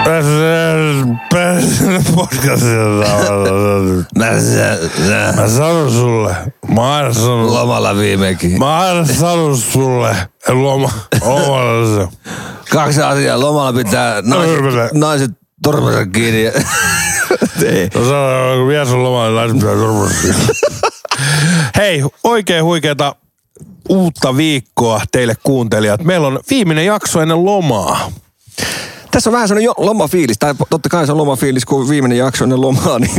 Mä sanon sulle. Mä aina sanon. Lomalla viimekin. Mä aina sanon sulle. Lomalla. 2 asiaa. Lomalla pitää naiset turvata kiinni. No sanon, kun mies on lomalla, naiset pitää turvata kiinni. Hei, oikein huikeeta uutta viikkoa teille kuuntelijat. Meillä on viimeinen jakso ennen lomaa. Tässä on vähän sellainen lomafiilis, tai totta kai se on lomafiilis, kun viimeinen jakso ennen lomaa, niin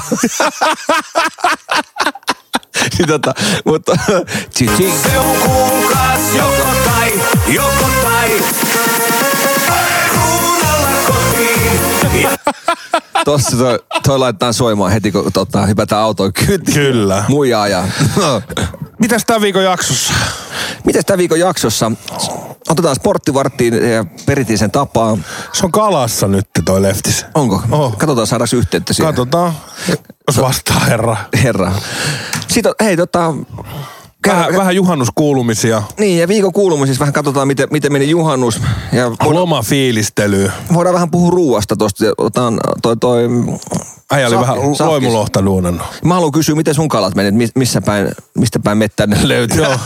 mutta... Se on kuukaus joko tai, kuunnella kotiin. Tossa toi laitetaan soimaan heti, kun hypätään autoon kyytiin. Kyllä. Muijaa ja... Mitäs tämän viikon jaksossa? Mitäs tämän viikon jaksossa? Otetaan sporttivarttiin ja perinteisen tapaan. Se on kalassa nyt toi leftis. Onko? Oh. Katsotaan, saadaanko yhteyttä siihen. Katsotaan, jos vastaa herra. Sitten hei Vähän juhannuskuulumisia. Niin, ja viikon kuulumisissa vähän katsotaan, miten meni juhannus. Ja lomafiilistelyä. Voidaan vähän puhua ruuasta tosta. Otan toi Äijä oli vähän loimulohta duunannut. Mä haluan kysyä, miten sun kalat meni, mistä päin mettään ne löytyy? Joo.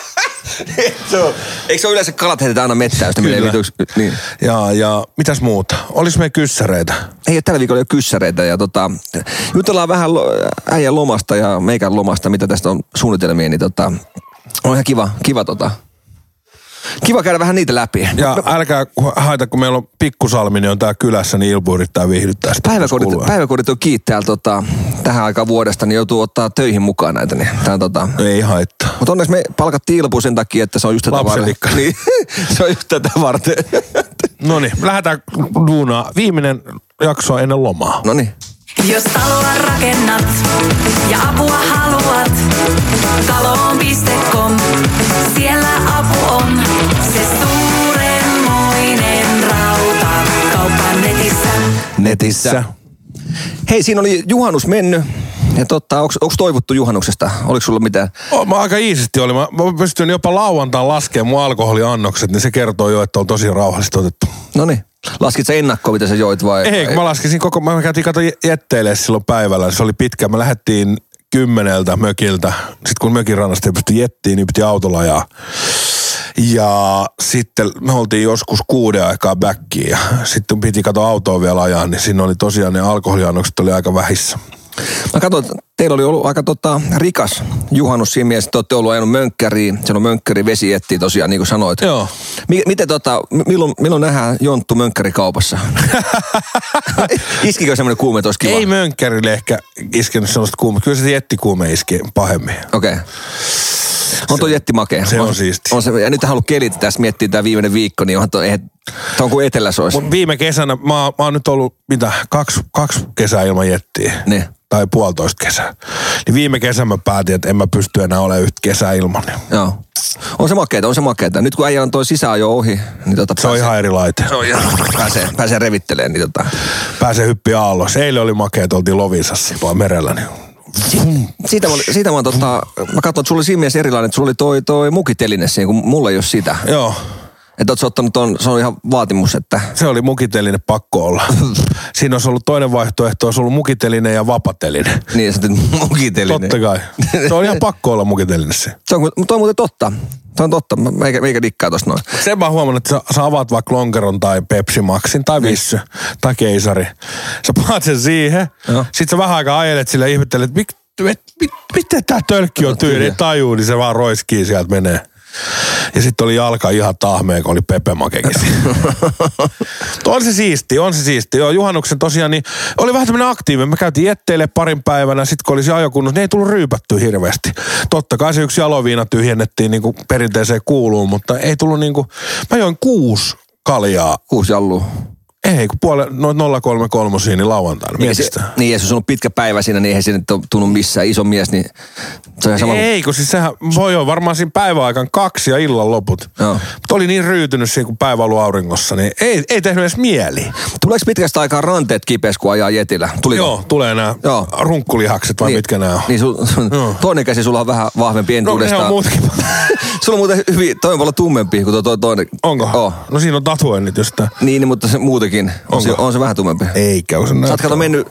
Eikö se ole yleensä kalat heitetään aina mettään, jos menee vituksi? Niin. Ja mitäs muuta? Olis meidän kyssäreitä? Ei, tällä viikolla ei ole kyssäreitä. Ja jutellaan vähän äijän lomasta ja meikän lomasta, mitä tästä on suunnitelmia. Niin on ihan kiva käydä vähän niitä läpi. Ja älkää haita, kun meillä on Pikkusalmi, niin on tää kylässä, niin Ilpu yrittää viihdyttää sitä. Päiväkodit on kiittää tähän aikaan vuodesta, niin joutuu ottaa töihin mukaan näitä. Niin, ei haittaa. Mutta onneksi me palkattiin Ilpu sen takia, että se on just tätä varten. Niin, se on just tätä varten. Noniin, lähdetään duunaan. Viimeinen jakso ennen lomaa. Noniin. Jos taloa rakennat ja apua haluat, taloon.com, siellä apu on. Se suuremmoinen rauta, kauppa netissä. Hei, siinä oli juhannus mennyt. Ja onko toivottu juhannuksesta? Oliko sulla mitään? Mä aika iisisti oli. Mä pystyin jopa lauantaan laskemaan mun alkoholiannokset, niin se kertoo jo, että on tosi rauhallisesti otettu. Noniin. Laskit sä ennakkoon, mitä sä joit vai? Ei, kun mä laskisin mä käytiin jetteilemään silloin päivällä. Se oli pitkä. Me lähdettiin 10 mökiltä. Sitten kun mökin rannasta ei pysty jettiin, niin piti autolla ajaa. Ja sitten me oltiin joskus 6 aikaa backiin ja sitten piti autoa vielä ajaa, niin siinä oli tosiaan ne alkoholiannokset oli aika vähissä. Mä katsoin, että teillä oli ollut aika rikas juhannus siinä mielessä, että olette ollut ajanut mönkkäriin. Siellä on mönkkäri vesietti tosiaan, niin kuin sanoit. Joo. Miten milloin nähdään Jonttu mönkkärikaupassa? Iskikö semmoinen kuume tossa kiva? Ei mönkkärille ehkä iskenyt sellaista kuume. Kyllä se jettikuume iski pahemmin. Okei. On tuo jetti makea. Se on siisti. Ja nyt haluan kelit tässä miettiä tämä viimeinen viikko, niin tämä on kuin eteläsois. Mut viime kesänä, mä oon nyt ollut, kaksi kesää ilman jettiä. Ne. Tai 1,5 kesää. Niin viime kesän mä päätin, että en mä pysty enää olemaan yhtä kesää ilman. Joo. On se makeeta. Nyt kun äijä on toi sisään jo ohi, niin se on ihan eri laite. Se on ihan, pääsee revittelemään, niin Pääsee hyppiä aallossa. Eilen oli makeeta, oltiin Lovisassa tuolla merellä, niin Siitä mä katsoin, että sulla oli siinä mielessä erilainen, että sulla oli toi mukiteline siinä, kun mulla ei ole sitä. Joo. Että oot sä ottanut se on ihan vaatimus, että... Se oli mukiteline, pakko olla. Siinä olisi ollut toinen vaihtoehto, olisi ollut mukiteline ja vapateline. Niin, sä mukiteline. Totta kai. Se on ihan pakko olla mukiteline se. Toi on muuten totta. Se on totta, meikä dikkaa tosta noin. Sen mä huomannut, että sä avaat vaikka Lonkeron tai Pepsi Maxin tai Vissy tai Keisari. Sä paat sen siihen, sit sä vähän aikaa ajelet sille ja ihmettelet, että miten tää tölkki on tyyli, ei tajuu, niin se vaan roiskii sieltä menee. Ja sitten oli jalka ihan tahmea, kun oli Pepe Makekin siinä. On se siisti. Joo, juhannuksen tosiaan, niin oli vähän tämmönen aktiivinen. Mä käytiin jetteille parin päivänä, sit kun oli se ajokunnossa, niin ei tullut ryypättyä hirveästi. Totta kai se yksi jaloviina tyhjennettiin niin kuin perinteeseen kuuluun, mutta ei tullut niin kuin, mä join 6 kaljaa. 6 jallua. Ei, kun noin 033 niin lauantaina mietistä. Niin, jos on ollut pitkä päivä siinä, niin eihän siinä ole tunnu missään. Iso mies, niin se on sama. Ei, kun siis sehän voi olla varmaan siinä päiväaikaan 2 ja illan loput. Joo. Mutta oli niin ryytynyt siinä, kun päivä ollut auringossa, niin ei tehnyt edes mieli. Tuleeko pitkästä aikaa ranteet kipeässä, kun ajaa jetillä? Tuliko? Joo, tulee nämä runkkulihakset vai mitkä nämä on. Niin, toinen käsi sulla on vähän vahvempi entuudestaan. No, ne on muutkin. Sulla on muuten hyvin, toi on paljon tummempi kuin toi toinen. Onko? Oh. No siinä on tatuoinnit jostain. Niin, mutta se muutenkin tumpikin. On se vähän tummempi. Eikä, kun se Sä oot mennyt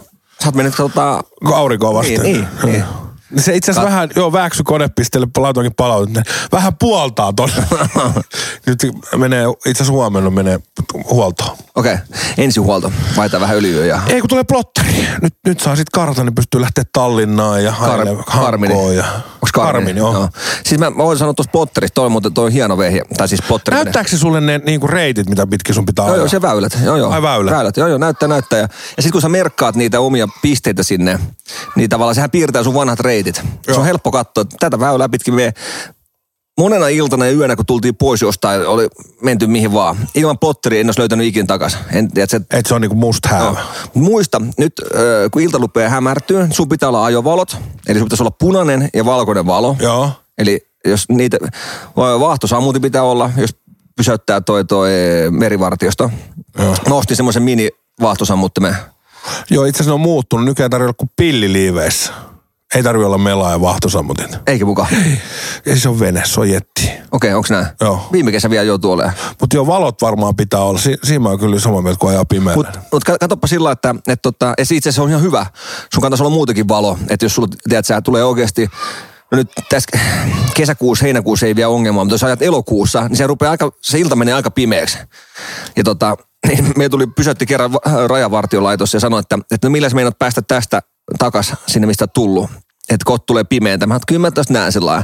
aurinkoa vasten. Niin. Se itse asiassa vähän, väksy konepisteelle, laitoinkin palautetta. Vähän puoltaa tuolla. Nyt menee, itse asiassa huomenna menee huoltoon. Okei. Ensihuolto. Vaihtaa vähän öljyä ja... Ei, kun tulee plotteri. Nyt saa sit kartan, niin pystyy lähteä Tallinnaan ja Hankoon. Onks Karmini? Joo. Siis mä voin sanoa tuossa plotterista, toi on muuten toi hieno vehje. Tai siis plotteri. Näyttääkö se sulle ne niinku reitit, mitä pitkin sun pitää ajaa? Joo, se väylät. Joo. Ai väylät? Väylät, joo, näyttää. Ja sit kun sä merkkaat niitä omia pisteitä sinne, niin tavallaan sehän piirtää sun vanhat reitit. Joo. Se on helppo katsoa, että tätä väylää pitkin me monena iltana ja yönä, kun tultiin pois jostain, oli menty mihin vaan. Ilman plotteria en olisi löytänyt ikin takas. Et se on niinku must have. Muista, nyt kun ilta rupeaa hämärtyä, sun pitää olla ajovalot. Eli sun pitäisi olla punainen ja valkoinen valo. Joo. Eli jos niitä, vaahtosammutin pitää olla, jos pysäyttää toi merivartiosto. Joo. Mä ostin semmoisen mini-vaahtosammuttimen. Joo, itse asiassa ne on muuttunut. Nykyään ei tarvitse olla kuin pilliliiveissä. Ei tarvitse olla melaa ja vaahtosammutin. Eikä mukaan? Ei se on vene, se on jetti. Okei, onks näin? Joo. Viime kesä vielä joutuu olemaan. Mutta joo, valot varmaan pitää olla. Siinä on kyllä sama mieltä, kun ajaa pimeällä. Mutta katsoppa sillä, että itse asiassa on ihan hyvä. sun kannattaisi olla muutenkin valo. Että jos sulla, tiedät sä, tulee oikeasti, no nyt tässä kesäkuussa, heinäkuussa ei vielä ongelmaa, mutta jos ajat elokuussa, niin se ilta menee aika pimeäksi. Ja niin me pysäytti kerran rajavartiolaitos ja sanoi, että no millä sä meinaat päästä tästä takas sinne, mistä oot tullut. Että kohta tulee pimeäntä. Mä kyllä mä tästä näen sellainen.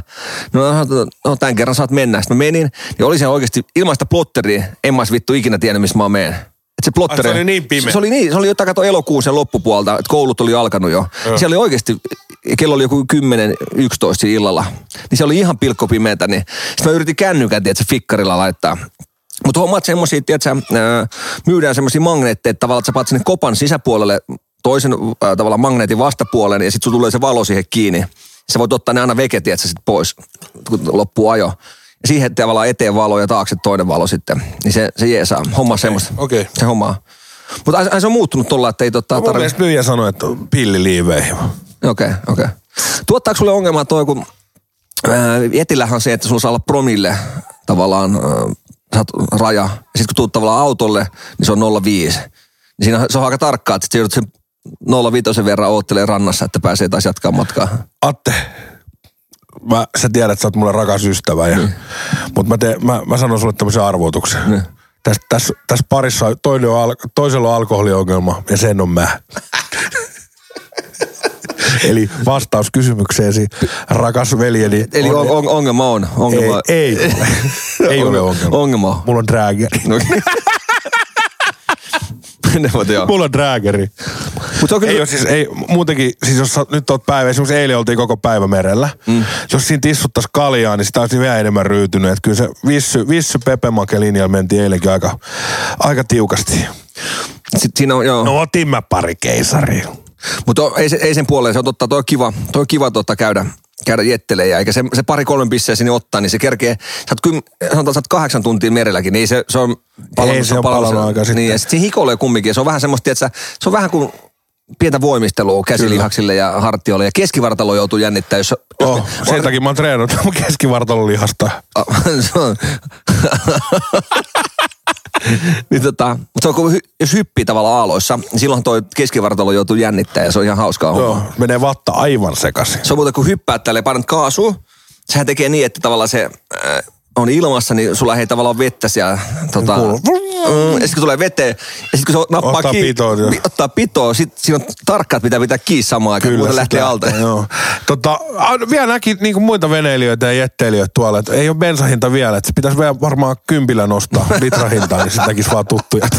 No tämän kerran saat mennä. Sitten mä menin, ja oli se oikeasti ilmaista plotteria. En mä vittu ikinä tiennyt, missä mä menen. Että se plotteri... Se oli niin pimeä. Se oli jotain elokuun sen loppupuolta, että koulut oli alkanut jo. Siellä oli oikeasti, kello oli joku 10-11 illalla. Niin se oli ihan pilkkopimeätä. Niin. Sitten mä yritin kännykän, että se fikkarilla laittaa. Mutta hommaat semmosia, tiedätkö, myydään semmosia magneetteja, että tavallaan, että sä paat sinne kopan sisäpuolelle toisen tavallaan magneetin vastapuolen ja sit sun tulee se valo siihen kiinni. Sä voit ottaa ne aina veke, tiedätkö, sit pois, kun loppuu ajo. Ja siihen tavallaan eteen valo ja taakse toinen valo sitten. Niin se jeesaa. Homma semmoista. Okei. Se hommaa. Mutta se on muuttunut tuolla, että ei mun mielestä myyjä sanoi, että on pilliliiveihin. Okei. Tuottaako sulle ongelmaa toi, kun Jetillähän on se, että sulla saa olla promille tavallaan raja. Ja sitten kun tuut tavallaan autolle, niin se on 0,5. Niin siinä se on aika tarkkaa, että sä joudut sen 0,5 verran oottelee rannassa, että pääsee taas jatkaa matkaa. Atte, sä tiedät, että sä oot mulle rakas ystävä. Mutta mä sanon sulle tämmöisen arvoituksen. Tässä parissa toisella on alkoholiongelma ja sen on mä. Eli vastaus kysymykseesi, rakas veljeni. Eli ongelma on. Ei ole ongelma. Ongelma. Mulla on drageri. Mulla on drageri. Muutenkin, siis jos nyt oot päivä, esimerkiksi eilen oltiin koko päivä merellä. Jos siinä tissuttaisi kaljaa, niin sitä olisi vielä enemmän ryytynyt. Että kyllä se vissy Pepemake-linjalla mentiin eilenkin aika tiukasti. Siinä on, joo. No otin mä pari keisaria. Mutta ei sen puoleen, se on totta, toi on kiva käydä jettelejä, eikä se 2-3 pisseä sinne ottaa, niin se kerkee, sä oot 8 tuntia merelläkin, niin se on palannut aika sitten. Niin, ja sitten hikoilee kumminkin, se on vähän semmoista, että se on vähän kuin pientä voimistelua käsilihaksille ja hartioille, ja keskivartalo joutuu jännittämään, jos... Sen takia mä oon treenannut mun keskivartalolihasta. Niin mutta se on, jos hyppii tavallaan aaloissa, niin silloin toi keskivartalo joutuu jännittämään ja se on ihan hauskaa hommaa. Joo, menee vatta aivan sekaisin. Se on muuten, kun hyppäät tälleen, painat kaasua, sehän tekee niin, että tavallaan se on ilmassa, niin sulla ei tavallaan vettä siellä. Ja sitten kun tulee veteen, ja sitten kun se nappaa kiinni, ottaa pitoa, sitten siinä on tarkkaat, mitä pitää kiinni samaan aikaan, kun lähtee alta. Joo. Vielä näki niin kuin muita veneilijöitä ja jetteilijöitä tuolla, että ei ole bensahinta vielä, että se pitäisi vielä varmaan 10 nostaa litrahintaa, niin se tekisi vaan tuttuja.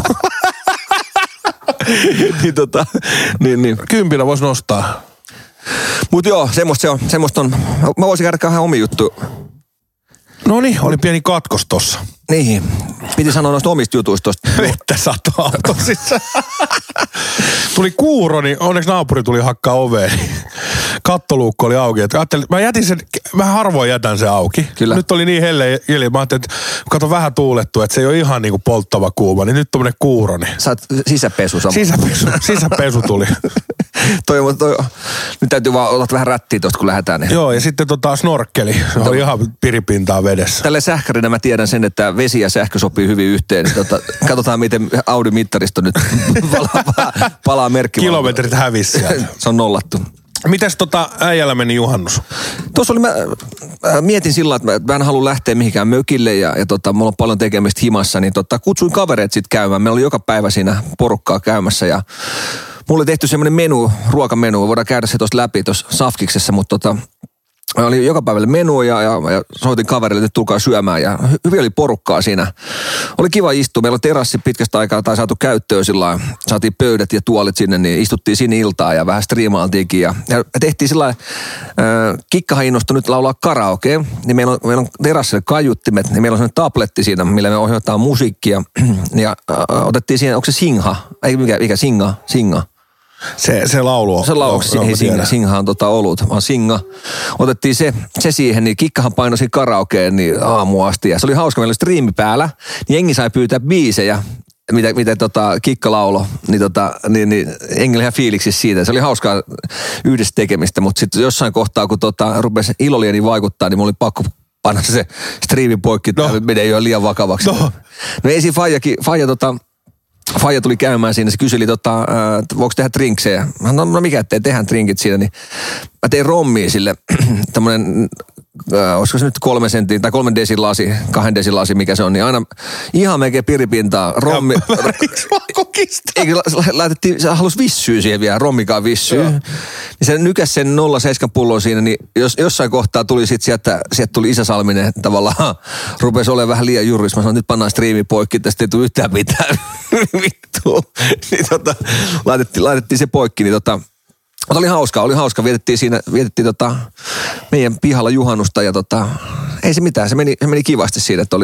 niin. 10 voisi nostaa. Mutta joo, semmoista on. Mä voisin käydä ihan omi juttu. No niin, oli pieni katkos tossa. Niin, piti sanoa noista omista jutuista tosta. Vettä satoi autosissa. Tuli kuuro, niin onneksi naapuri tuli hakkaa oveen. kattoluukko oli auki. Että ajattelin, mä jätin sen, mä harvoin jätän sen auki. Kyllä. Nyt oli niin helleen, mä ajattelin, että kato vähän tuulettu, että se ei ole ihan niinku polttava kuuma, niin nyt tommonen kuuro. Niin. Sä oot sisäpesu sama. Sisäpesu tuli. Nyt täytyy vaan ottaa vähän rättiä tuosta, kun lähdetään. Niin. Joo, ja sitten snorkkeli. Se oli ihan piripintaa vedessä. Tälle sähkärinä mä tiedän sen, että vesi ja sähkö sopii hyvin yhteen. Niin katsotaan, miten Audi mittaristo nyt palaa merkkivaloon. Kilometrit hävisi sieltä. Se on nollattu. Mites äijällä meni juhannus? Tuossa oli, mä mietin sillä, että mä en halua lähteä mihinkään mökille ja mulla on paljon tekemistä himassa, niin kutsuin kavereet sitten käymään. Meillä oli joka päivä siinä porukkaa käymässä ja mulla oli tehty semmoinen ruokamenu, voidaan käydä se tuossa läpi tuossa Safkiksessa, mutta oli joka päivälle menu ja soitin kaverille, että tulkaa syömään ja hyvin oli porukkaa siinä. Oli kiva istua, meillä oli terassi pitkästä aikaa tai saatu käyttöön sillä saatiin pöydät ja tuolit sinne, niin istuttiin sinne iltaa ja vähän striimailtiinkin ja tehtiin sillä Kikkahan innostui nyt laulaa karaokea, niin meillä on terassille kaiuttimet, niin meillä on sellainen tabletti siinä, millä me ohjataan musiikkia ja otettiin siihen, onko se Singha? Ei mikä Singa. Se laulu on. Se laulu, ei Singha on olut, vaan Singa. Otettiin se siihen, niin Kikkahan painoi siinä karaokeen niin aamuun asti. Ja se oli hauska, meillä oli striimi päällä, niin jengi sai pyytää biisejä, mitä Kikka laulo, niin jengi oli ihan fiiliksissä siitä. Se oli hauskaa yhdessä tekemistä, mutta sitten jossain kohtaa, kun rupesi ilolieni vaikuttaa, niin mulla oli pakko panna se striimi poikki, että menee jo liian vakavaksi. No ei siinä Faija tuli käymään siinä, se kyseli, voiko tehdä drinksejä. No mikä, ettei tehdään drinkit siinä, niin mä tein rommia sille, tämmönen, olisiko se nyt 3 sentin tai 3 desilasi, 2 desilasi, mikä se on, niin aina ihan melkein piripintaa, rommi. Eikö laitettiin, se halusi vissyä siihen vielä, rommikaan vissyä. Niin se nykäsi sen 0,7 pullon siinä, niin jossain kohtaa tuli sieltä tuli Isa Salminen tavallaan, rupesi olemaan vähän liian juris. Mä sanoin, nyt pannaan striimi poikki, tästä ei tule yhtään mitään. Vittu. Niin laitettiin se poikki, niin oli hauska. Vietettiin meidän pihalla juhannusta ja ei se mitään. Se meni kivasti siinä, että oli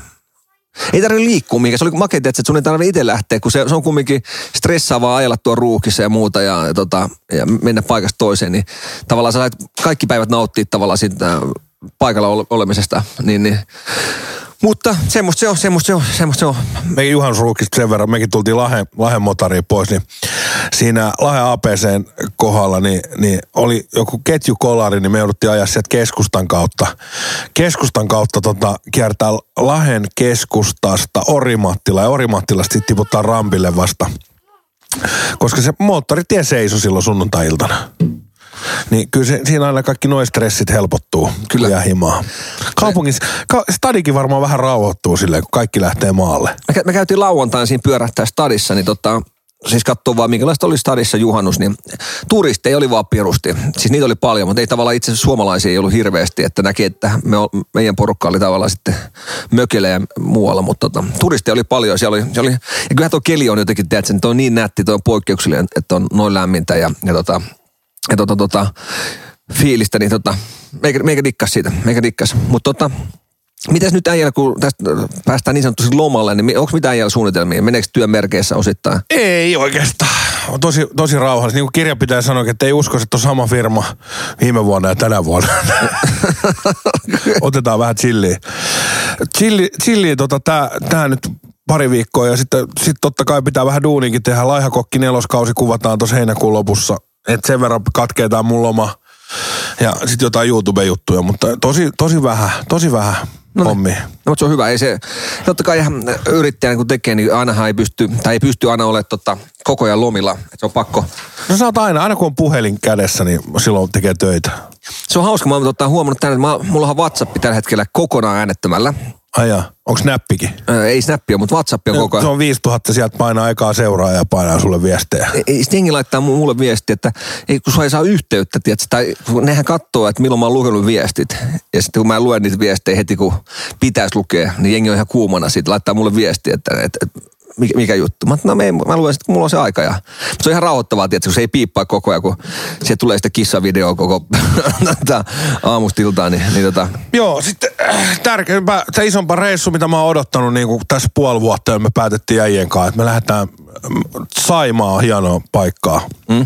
ei tarvitse liikkua mihinkään. Se oli makea, että sun ei tarvitse itse lähteä, kun se on kumminkin stressaavaa ajella tuon ruuhkissa ja muuta ja mennä paikasta toiseen. Niin tavallaan sä sait kaikki päivät nauttia tavallaan siitä paikalla olemisesta. Niin. Mutta semmoista se on. Mekin juhannusruukista sen verran, mekin tultiin Lahden motariin pois, niin siinä Lahden APC:n kohdalla niin oli joku ketjukolari, niin me jouduttiin ajaa sieltä keskustan kautta kiertää Lahden keskustasta Orimattila ja Orimattilasta sitten tiputtaa rampille vasta. Koska se moottoritie seisoi silloin sunnuntai-iltana. Niin kyllä siinä aina kaikki nuo stressit helpottuu. Kyllä. Ja himaa. Kaupungissa, stadikin varmaan vähän rauhoittuu silleen, kun kaikki lähtee maalle. Me käytiin lauantain siinä pyörähtää stadissa, niin siis katsoo vaan minkälaista oli stadissa juhannus, niin turisteja oli vaan pirusti. Siis niitä oli paljon, mutta ei tavallaan itse suomalaisia ei ollut hirveästi, että näki, että meidän porukka oli tavallaan sitten mökillä ja muualla, mutta turisteja oli paljon. Siellä oli, ja kyllähän tuo keli on jotenkin, tiedätkö, että on niin nätti, tuo on poikkeuksellinen, että on noin lämmintä ja fiilistä, niin meikä dikkas siitä, mutta mitäs nyt äijällä, kun tästä päästään niin sanotusti lomalle, niin onko mitään äijällä suunnitelmia? Meneekö työmerkeissä osittain? Ei oikeastaan. On tosi rauhallista. Niin kuin kirjanpitäjä sanoi, että ei usko, että on sama firma viime vuonna ja tänä vuonna. Otetaan vähän chilliä. Chilliä tää nyt pari viikkoa ja sitten totta kai pitää vähän duuninkin tehdä. Laihakokki 4. kausi kuvataan tuossa heinäkuun lopussa. Että sen verran katkeetaan mun loma ja sitten jotain YouTube-juttuja, mutta tosi vähän hommia. No, mutta se on hyvä. Ei se, totta kai ihan yrittäjänä kun tekee, niin ainahan ei pysty aina olemaan koko ajan lomilla. Että se on pakko. No sä oot aina kun on puhelin kädessä, niin silloin tekee töitä. Se on hauska. Mä oon huomannut tänne, että mulla on WhatsApp tällä hetkellä kokonaan äänettömällä. Ajaa. Onko snappikin? Ei snappia, mutta WhatsApp on koko ajan. Se on 5000, sieltä painaa aikaa seuraa ja painaa sulle viestejä. Sitten jengi laittaa mulle viestiä, että kun sua ei saa yhteyttä, tiedätkö, tai nehän katsoo, että milloin mä oon lukenut viestit. Ja sitten kun mä luen niitä viestejä heti, kun pitäisi lukea, niin jengi on ihan kuumana siitä, laittaa mulle viestiä, että mikä juttu. Mä luen sitten, kun mulla on se aika. Ja se on ihan rauhoittavaa, tiedätkö, kun se ei piippaa koko ajan, kun sieltä tulee sitä kissavideoa koko aamustiltaan. Joo, sitten tärkeämpää, se isompaa reissu, mitä mä oon odottanut niin kuin tässä puoli vuotta, me päätettiin äijien kanssa, että me lähdetään Saimaan hienoa paikkaa.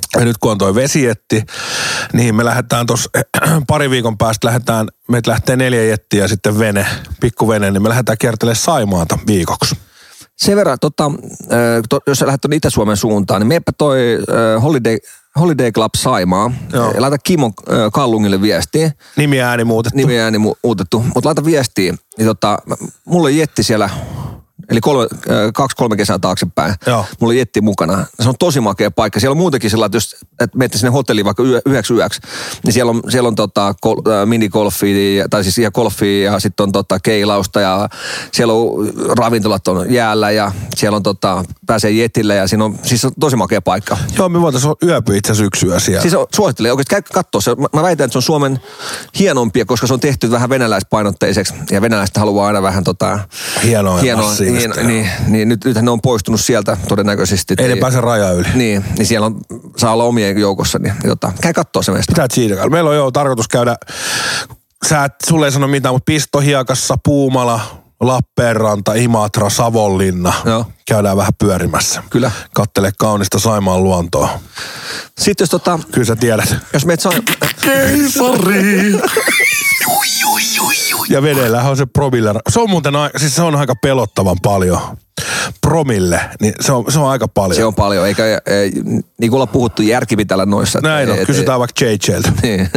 Ja nyt kun on toi vesijetti, niin me lähdetään tuossa pari viikon päästä meitä lähtee 4 jettiä ja sitten pikkuvene, niin me lähdetään kiertelemään Saimaata viikoksi. Sen verran, jos sä lähdet tuonne Itä-Suomen suuntaan, niin meepä toi Holiday Club Saimaa. Laita Kimon Kallungille viestiä. Nimi ääni muutettu. Mutta laita viestiä. Niin mulla on jetti siellä, eli 2-3 kesää taaksepäin. Joo. Mulla on jetti mukana. Se on tosi makea paikka. Siellä on muutenkin sillä, että jos menette sinne hotelliin vaikka yöksi, niin siellä on minigolfia, tai siis ihan golfia ja sitten on keilausta ja siellä on ravintolat on jäällä ja siellä on pääsee jetille ja siinä on siis on tosi makea paikka. Joo, me voitaisiin yöpyä itse asiassa yksi yö siellä. Siis suosittelen oikeasti käy kattoo se. Mä väitän, että se on Suomen hienompia, koska se on tehty vähän venäläispainotteiseksi ja venäläiset haluaa aina vähän hienoa. Niin nythän ne on poistunut sieltä todennäköisesti. Ei ne pääse raja yli. Niin siellä saa olla omien joukossa, niin käy kattoo se meistä. Pitää tsiidakalla. Meillä on tarkoitus käydä, sulle ei sano mitään, mutta Pistohiakassa, Puumala, Lappeenranta, Imatra, Savonlinna. Joo. Käydään vähän pyörimässä. Kyllä. Kattele kaunista Saimaan luontoa. Sitten jos Kyllä sä tiedät. Jos meet Keisari! Ja vedellähän on se promille. Se on muuten siis se on aika pelottavan paljon. Promille, niin se on aika paljon. Se on paljon, eikä niin kuin ollaan puhuttu, järki pitää olla noissa. Näin on, kysytään vaikka JJltä. Niin.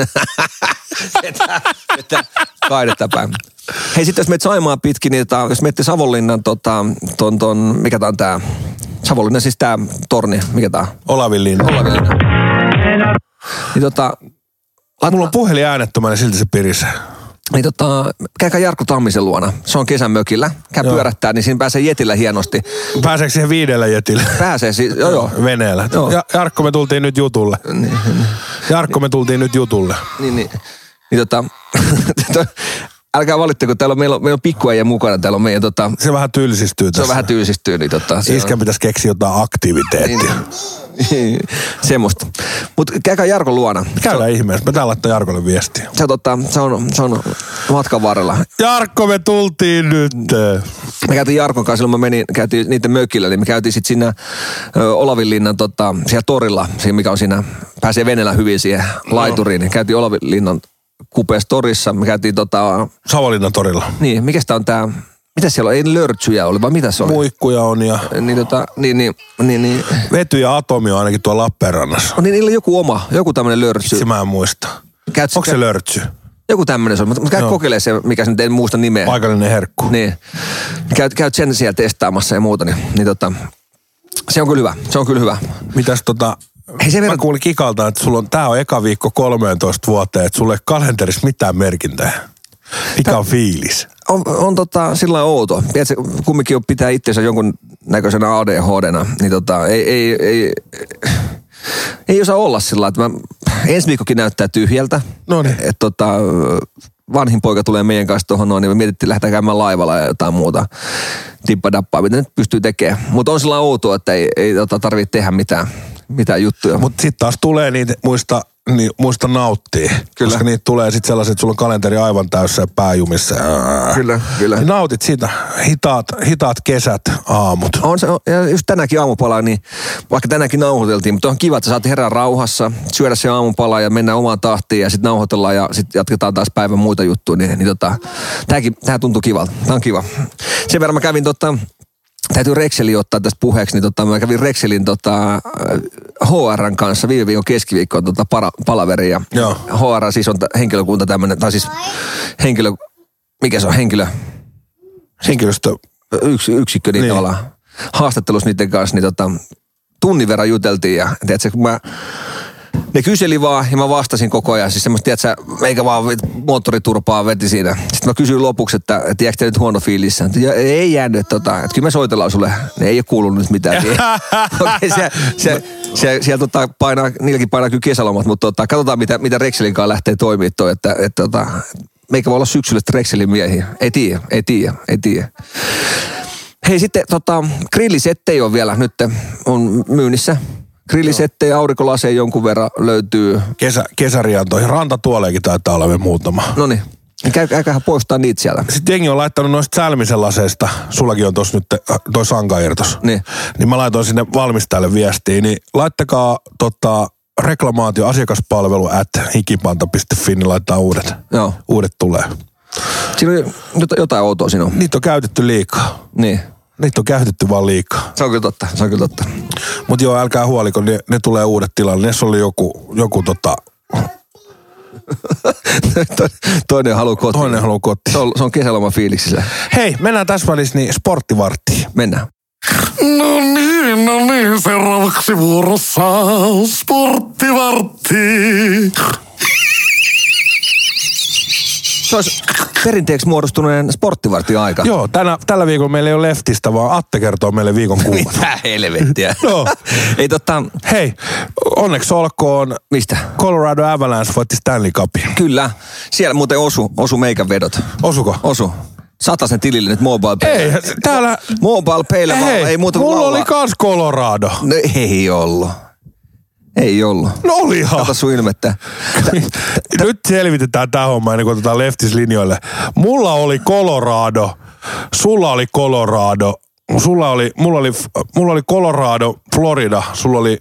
Kaidetta päin. Hei, sitten jos meet Saimaa pitkin, niin jos menette Savonlinnan mikä tää on tää? Savonlinnan siis tää torni, mikä tää on? Olavinlinna. Niin mulla on puhelin äänettömänä, silti se pirisee. Niin käykää Jarkko Tammisen luona. Se on kesämökillä. Käy pyörättää, niin siinä pääsee jetillä hienosti. Pääseekö siihen 5 jetillä? Pääsee siis, joo. Veneellä. Joo. Jarkko, me tultiin nyt jutulle. Niin. Älkää valittako, meillä on pikkuäijä mukana, täällä on meidän Se vähän tylsistyy tässä. Se on vähän tylsistyy, niin Iskän pitäisi keksiä jotain aktiviteettia. Niin. Semmoista. Mutta käykää Jarkon luona. Käydään ihmeessä. Mä täällä laittaa Jarkolle viestiä. Se on matkan varrella. Jarkko, me tultiin nyt. Me käytiin Jarkon kanssa, silloin käytiin niiden mökillä, niin me käytiin sitten siinä Olavinlinnan siellä torilla, siinä mikä on siinä, pääsee veneellä hyvin siihen laituriin. Niin käytiin Olavinlinnan kupeessa torissa. Me käytiin Savonlinnan torilla. Niin, mikä sitä on tää? Mitä siellä on? Ei lörtsyjä oli, vai mitä se oli? Muikkuja on ja... Niin. Vety ja atomi on ainakin tuolla Lappeenrannassa. Niin niillä on joku tämmönen lörtsy. Itse mä en muista. Onko se lörtsy? Joku tämmönen se on, mutta käy kokeilemaan se, mikä se nyt en muista nimeä. Paikallinen herkku. Niin. Käyt sen siellä testaamassa ja muuta, niin se on kyllä hyvä. Mitäs mä kuulin Kikalta, että tää on eka viikko 13 vuoteen, että sulle ei kalenterissa mitään merkintää. Mikä on fiilis? On sillä outo. Tiedätkö, kumminkin pitää itseensä jonkun näköisenä ADHDna, niin ei osaa olla sillä että ensi viikkokin näyttää tyhjältä. No niin. Että vanhin poika tulee meidän kanssa tuohon noin, niin me mietittiin lähteä käymään laivalla ja jotain muuta tippadappaa, mitä nyt pystyy tekemään. Mutta on sillä outoa, että ei tarvitse tehdä mitään juttuja. Mutta sitten taas tulee niitä, muista nauttia. Kyllä. Koska niitä tulee sitten sellaiset, että sulla on kalenteri aivan täyssä ja pääjumissa. Kyllä. Niin nautit siitä. Hitaat kesät, aamut. On se, ja just tänäänkin aamupala, niin vaikka tänäänkin nauhoiteltiin, mutta on kiva, että saat herää rauhassa, syödä se aamupala ja mennä omaan tahtiin ja sitten nauhoitellaan ja sitten jatketaan taas päivän muita juttuja. Tää tuntuu kivalta. Tää on kiva. Sen verran mä kävin täytyy Rexeli ottaa tästä puheeksi, niin mä kävin Rexelin HR:n kanssa viime viikon keskiviikkoon palaveri ja HR siis on henkilökunta tämmönen, tai siis mikä se on Henkilöstö. Yksikkö niin ollaan haastattelussa niiden kanssa, niin tunnin verran juteltiin ja tiedätkö, kun ne kyseli vaan ja mä vastasin koko ajan. Siis semmoista, tiedätkö, meikä vaan moottoriturpaa veti siinä. Sitten mä kysyin lopuksi, että jääkö te nyt huono fiilissä? Ei jäänyt, että kyllä me soitellaan sulle. Ne ei ole kuullut nyt mitään. Okei, siellä niilläkin painaa kyllä kesälomat, mutta katsotaan mitä Rexelin kanssa lähtee toimimaan toi, että meikä voi olla syksyllä Rexelin miehiä. Ei tiedä. Hei sitten grillisettejä on vielä nyt on myynnissä. Grillisettejä, aurinkolaseja jonkun verran löytyy. Kesäriantoihin. Rantatuoleikin taitaa olla vielä muutama. Noniin. Käyköhän poistaa niitä siellä. Sitten jengi on laittanut noista Sälmisen laseista. Sullakin on tossa nyt toi sankairtos. Niin mä laitoin sinne valmistajalle viestiä. Niin laittakaa reklamaatio, asiakaspalvelu @hikipanta.fi, niin laittaa uudet. Joo. Uudet tulee. Siinä on jotain outoa siinä on. Niitä on käytetty liikaa. Niin. Niitä on käytetty vaan liikaa. Se on kyllä totta. Mutta joo, älkää huoliko, ne tulee uudet tilalle. Niissä oli joku Toinen haluaa kotiin. Se on kesäloma fiiliksissä. Hei, mennään tässä välissä niin sporttivarttiin. Mennään. No niin, seuraavaksi vuorossa sporttivartti. Se olisi perinteeksi muodostuneen sporttivartin aika. Joo, tällä viikolla meillä ei ole leftistä, vaan Atte kertoo meille viikon kuumat. Mitä helvettiä. No. Ei Hei, onneksi olkoon. Mistä? Colorado Avalanche voitti Stanley Cupin. Kyllä. Siellä muuten osu meikän vedot. Osuko? Osu. 100 tilille nyt Mobile Pay. Ei, täällä... Mobile Payllä vaan ei muuta kuin mulla laulaa. oli kans Colorado. No, ei ollut. No olihan. Kato sun ilmettä. Nyt selvitetään tää homma ennen kuin otetaan leftis linjoille. Mulla oli Colorado. Sulla oli Colorado. Mulla oli Colorado, Florida. Sulla oli...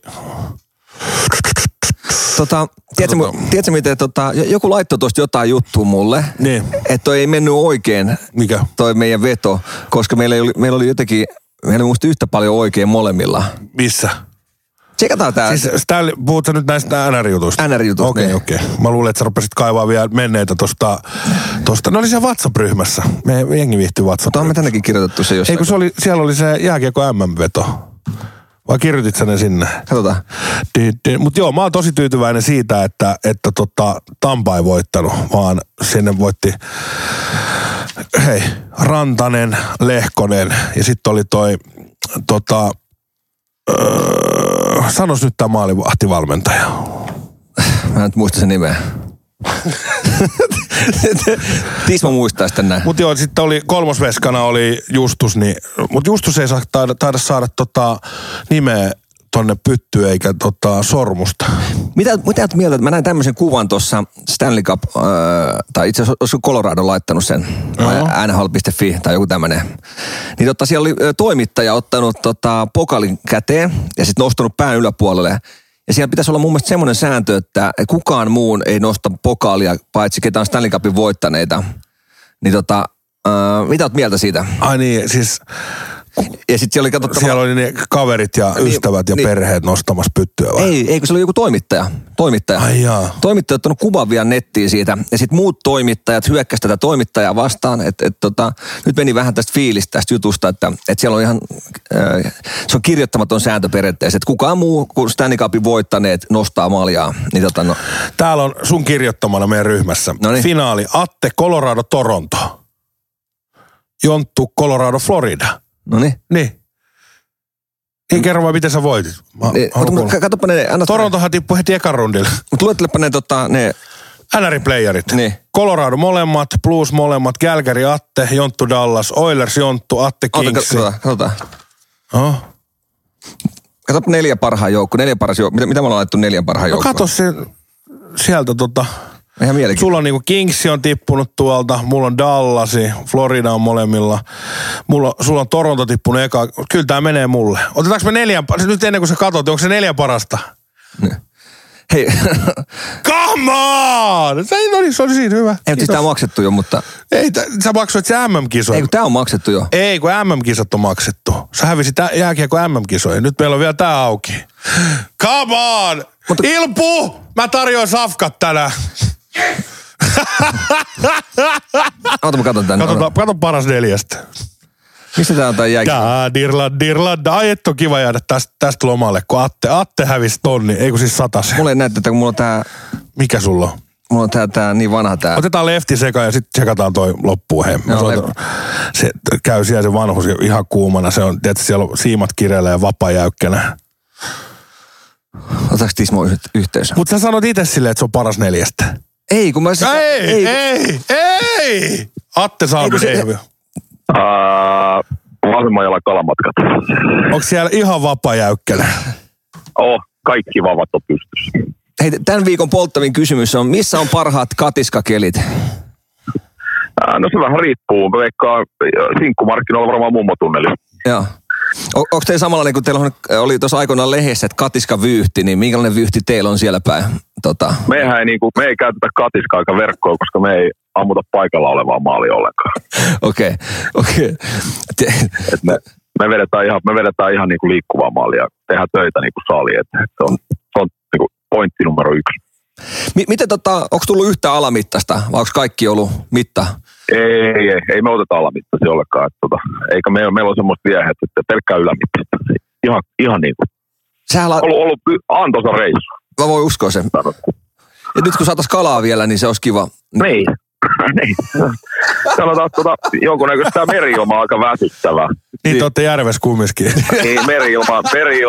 Tiedätkö miten, joku laittoi tuosta jotain juttua mulle, niin. Että toi ei mennyt oikein. Mikä? Toi meidän veto, koska meillä oli jotenkin, meillä oli musta yhtä paljon oikein molemmilla. Missä? Tsekataan tää. Siis puhutko nyt näistä NR-jutuista? NR-jutuista, Okei. Mä luulen, että sä rupesit kaivaa vielä menneitä tosta. Ne oli siellä WhatsApp-ryhmässä. Me jengi viihtyy WhatsApp-ryhmässä. On me tännekin kirjoitettu se jossain. Eikö siellä oli se jääkiekko MM-veto? Vai kirjoitit sä ne sinne? Katsotaan. Mutta joo, mä oon tosi tyytyväinen siitä, että Tampa ei voittanut, vaan sinne voitti Rantanen, Lehkonen ja sitten oli toi sanos nyt tää maalivahtivalmentaja. Mä en muista sen nimeä. Tismo muistaa sitten näin. Mut joo, sitten oli kolmosveskana oli Justus, mutta Justus ei taida saada nimeä tonne pyttyyn eikä sormusta. Mitä olet mieltä, että mä näin tämmöisen kuvan tuossa Stanley Cup, tai itse asiassa olisiko Colorado laittanut sen, vai NHL.fi tai joku tämmöinen. Niin siellä oli toimittaja ottanut pokalin käteen ja sitten nostanut pään yläpuolelle. Ja siellä pitäisi olla mun mielestä semmoinen sääntö, että kukaan muun ei nosta pokaalia, paitsi ketään Stanley Cupin voittaneita. Niin mitä oot mieltä siitä? Ai niin, siis... Ja sit siellä oli ne kaverit ja ystävät ja perheet nostamassa pyttyä vai? Ei, kun se oli joku toimittaja. Ai jaa. Toimittaja on ottanut kuvan vielä nettiin siitä. Ja sitten muut toimittajat hyökkäsivät tätä toimittajaa vastaan. Nyt meni vähän tästä fiilistä tästä jutusta, että siellä on ihan, se on kirjoittamaton sääntö periaatteessa, että kukaan muu kuin Stanley Cupin voittaneet nostaa maljaa. Niin Täällä on sun kirjoittamana meidän ryhmässä. Noniin. Finaali, Atte, Colorado, Toronto. Jonttu, Colorado, Florida. Noniin. Niin. Kerro vaan, miten sä voitit. Katsopa ne... Torontohan tippui heti ekan rundille. Mutta luettelepa ne... NR-playerit. Niin. Colorado molemmat, Blues molemmat, Calgary Atte, Jonttu Dallas, Oilers Jonttu, Atte Kings. Katsotaan. Katsopa 4 parhaan joukko. 4 paras joukko. Mitä me ollaan laittu 4 parhaan joukkoon? Kato se sieltä ihan mielenkiintoista. Sulla on niinku Kings on tippunut tuolta, mulla on Dallasi, Florida on molemmilla. Sulla on Toronto tippunut eka. Kyllä tää menee mulle. Otetaanko me 4, nyt ennen kuin sä katot, onko se 4 parasta? Hei. Come on! Se oli siinä hyvä. Ei, siis tää on maksettu jo, mutta... Ei, sä maksoit se MM-kisoja. Ei, kun tää on maksettu jo. Ei, kun MM-kisat on maksettu. Sä hävisit jääkiekko MM-kisoja. Nyt meillä on vielä tää auki. Come on! Mutta... Ilpu! Mä tarjoan safkat tänään. Ota mä katon tän. Kato paras 4. Mistä tää on tää jääkiekko? Dirland. Ai et on kiva jäädä tästä lomalle, kun Atte hävisi tonni. Ei kun siis 100. Mulla ei näytä, että kun mulla on tää... Mikä sulla on? Mulla on tää niin vanha tää. Otetaan lefti sekaan ja sitten tsekataan toi loppuun. Se käy siellä se vanhus ihan kuumana. Se on, tietysti siellä on siimat kireellä ja vapaa-jäykkänä. Otaks Tismo yhteys? Mutta sä sanot itse silleen, että se on paras 4. Ei, kun mä... Ei! Atte saa se... Vasemman jalan kalamatkat. Onko siellä ihan vapaa-jäykkänä? Kaikki vavat on pystyssä. Hei, tämän viikon polttavin kysymys on, missä on parhaat katiskakelit? No se vähän riippuu. Veikkaa sinkkumarkkinoilla varmaan mummotunneli. Joo. Onko teillä samanlainen, kun teillä oli tuossa aikoinaan lehdessä, että katiska vyyhti, niin minkälainen vyyhti teillä on siellä päin? Me ei käytetä katiskaa eikä verkkoa, koska me ei ammuta paikalla olevaa maalia ollenkaan. Okei. Me vedetään ihan niin kuin liikkuvaa maalia, tehdään töitä niin kuin saaliin, että se on niin kuin pointti numero 1. Miten onko tullut yhtä alamittaista, vai onko kaikki ollut mitta? Ei me oteta alamittaisia ollenkaan. Eikä meillä on semmoista viehet, että pelkkää ylämittaista. Ihan niin kuin. Sehän ollut antoisa reissu. Mä voin uskoa sen. Ja nyt kun saataisiin kalaa vielä, niin se olisi kiva. Niin. Sanotaan, jonkunnäköistä meriilma on aika väsyttävää. Niin te olette järvessä kumminkin. Niin, meriilma.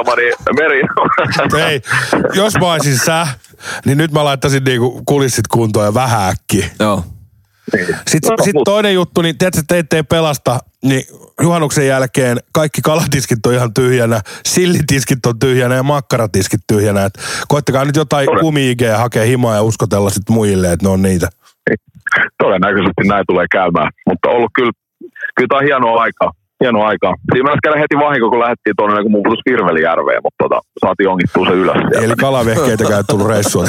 Ei, jos mä olisin niin nyt mä laittaisin niinku kulissit kuntoon ja vähän äkkiä. Joo. Sitten toinen juttu, niin tiedätkö, että ettei pelasta, niin juhannuksen jälkeen kaikki kalatiskit on ihan tyhjänä, sillitiskit on tyhjänä ja makkaratiskit tyhjänä. Et koittakaa nyt jotain kumi-igeä hakea himaa ja uskotella sitten muille, että ne on niitä. Todennäköisesti näin tulee käymään, mutta ollut kyllä tämä on hienoa aikaa. Siinä mä käydä heti vahinko, kun lähdettiin tuonne, kun mun putosi Virvelijärveen, mutta saatiin ongittua se ylös. Eli kalavehkeitäkään ei tullut reissua.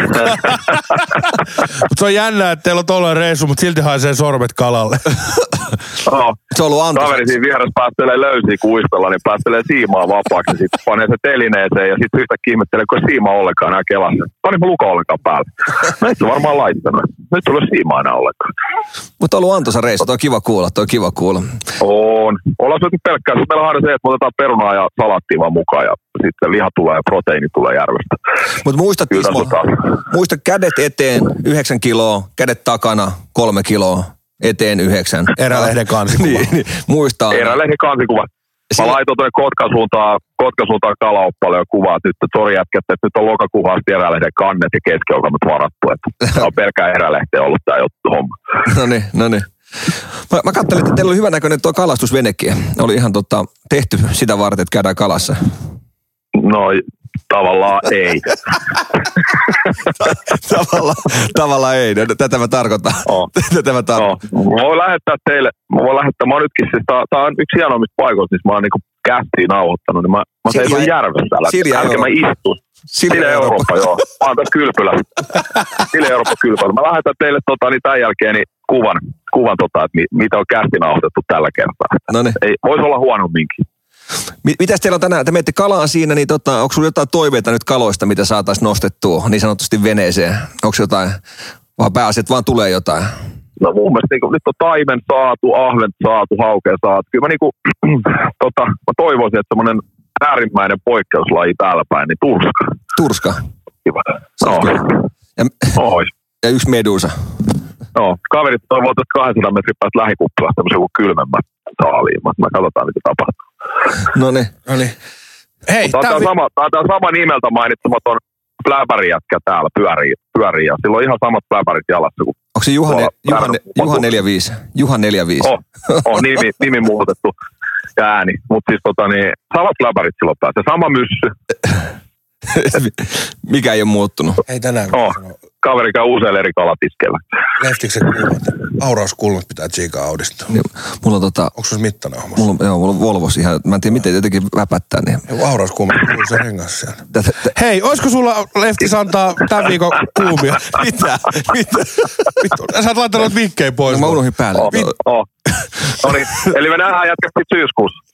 Mutta se on jännää, että teillä on tollainen reissu, mutta silti haisee sormet kalalle. No, se on ollut antoisa. Kaveri siinä vieressä päästelee löysiä kuistolla, niin päästelee siimaa vapaaksi ja sitten panee se telineeseen ja sitten yhtäkkiä ihmettelee, kun ei siimaa ollenkaan enää kelassa. Paniko luka ollenkaan päälle? No et se varmaan laittanut. Nyt ei ole siimaa enää ollenkaan. Mutta on ollut antoisa reissu, toi on kiva kuulla. On. Ollaan syöty pelkkää. Sitten meillä on aina se, että me otetaan perunaa ja salaattia vaan mukaan ja sitten liha tulee ja proteiini tulee järvestä. Mutta muista, Tismo, muista kädet eteen 9 kiloa, kädet takana 3 kiloa. Eteen 9. Erälehden kansikuva. niin, muistaa. Erälehden kansikuva. Mä laitoin tuonne Kotkan suuntaan kalaoppalle jo kuvaa, että nyt torjätkät, että nyt on lokakuuhun asti Erälehden kannet ja keskiolkamat varattu. Että on pelkää Erälehteä ollut tää homma. No niin. Mä katselin, että teillä oli hyvän näköinen tuo kalastusvenekin. Oli ihan tehty sitä varten, että käydään kalassa. No tavallaan ei. Tavallaan ei. No, tätä mä tarkoitan. Mä voin lähettää teille. Mä oon nytkin siis, tää on yksi hienoimmista paikoista, missä mä oon niinku kästiin nauhoittanut. Niin mä seison järvessä täällä. Mä istun. Silja Eurooppa, joo. Mä oon tässä kylpylässä. Silja Eurooppa kylpylässä. Mä lähetän teille niin tämän jälkeen niin kuvan että mitä on kästiin nauhoitettu tällä kertaa. Noniin. Ei, voisi olla huonomminkin. Mitäs teillä on tänään? Te menette kalaan siinä, niin onko sulla jotain toiveita nyt kaloista, mitä saataisiin nostettua niin sanotusti veneeseen? Onko jotain, vaan pääasiat vaan tulee jotain? No mun mielestä niin, nyt on taimen saatu, ahvent saatu, haukea saatu. Kyllä mä, mä toivoisin, että semmoinen äärimmäinen poikkeuslaji täällä päin, niin turska. Turska? Kiva. Ja yksi medusa. No, kaverit toivoo tästä 200 metrin päästä lähikuppilasta tämmöisen kuin kylmemmän saaliin. Mä katsotaan, mitä tapahtuu. Noniin. Hei, Tämä on sama nimeltä mainitsematon pläbärijätkä täällä pyörii. Ja sillä on ihan samat pläbärit jalassa kuin... Onko se Juha 45? Juha 45. Nimi muutettu ja ääni. Mutta siis samat pläbärit silloin päässä. Sama myssy. Mikä ei ole muuttunut? Ei tänään. Kaveri käy useilla eri kalatiskeillä. Leftiksen kulmat. Aurauskulmat pitää tsiikaa audistaa. Mulla on onko sulla mittana hommassa? Mulla on Volvos ihan, mä en tiedä miten jotenkin väpättää. Niin. Aurauskulmat, kuuluu se rengas siellä. Hei, olisiko sulla Leftis antaa tämän viikon kuumia? Mitä? Vittu. Sä oot laittanut vinkkejä pois. Mä unohdin päälle. Noniin, eli me nähdään jatketti syyskuussa.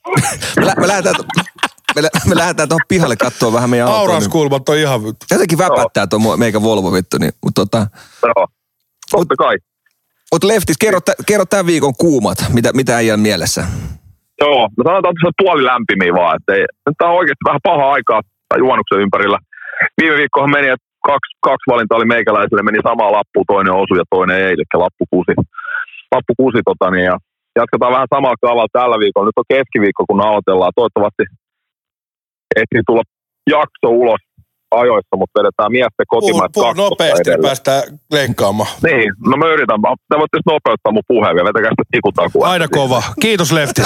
Me lähdetään tuohon pihalle katsoa vähän meidän autoa. Aurauskulmat on ihan... Jotenkin väpättää tuo meikä Volvo vittu. Niin, Joo, totta kai. Mutta Leftis, kerro tämän viikon kuumat, mitä ei jää mielessä. Joo, me sanotaan, että se on puoli lämpimiä vaan. Tämä on oikeasti vähän paha aikaa juhannuksen ympärillä. Viime viikkohan meni, että kaksi valintaa oli meikäläisille, meni samaa lappuun, toinen osui ja toinen ei, eli lappu kusi ja jatketaan vähän samalla kaavalla tällä viikolla. Nyt on keskiviikko, kun aloitellaan. Toivottavasti ehtii tulla jakso ulos ajoissa, mutta vedetään miesten kotimaat nopeasti päästään leikkaamaan. Niin, no mä yritän. Te voitte nopeuttaa mun puheen vielä. Vetäkää sitä tikutakua. Aina kova. Kiitos Leftis.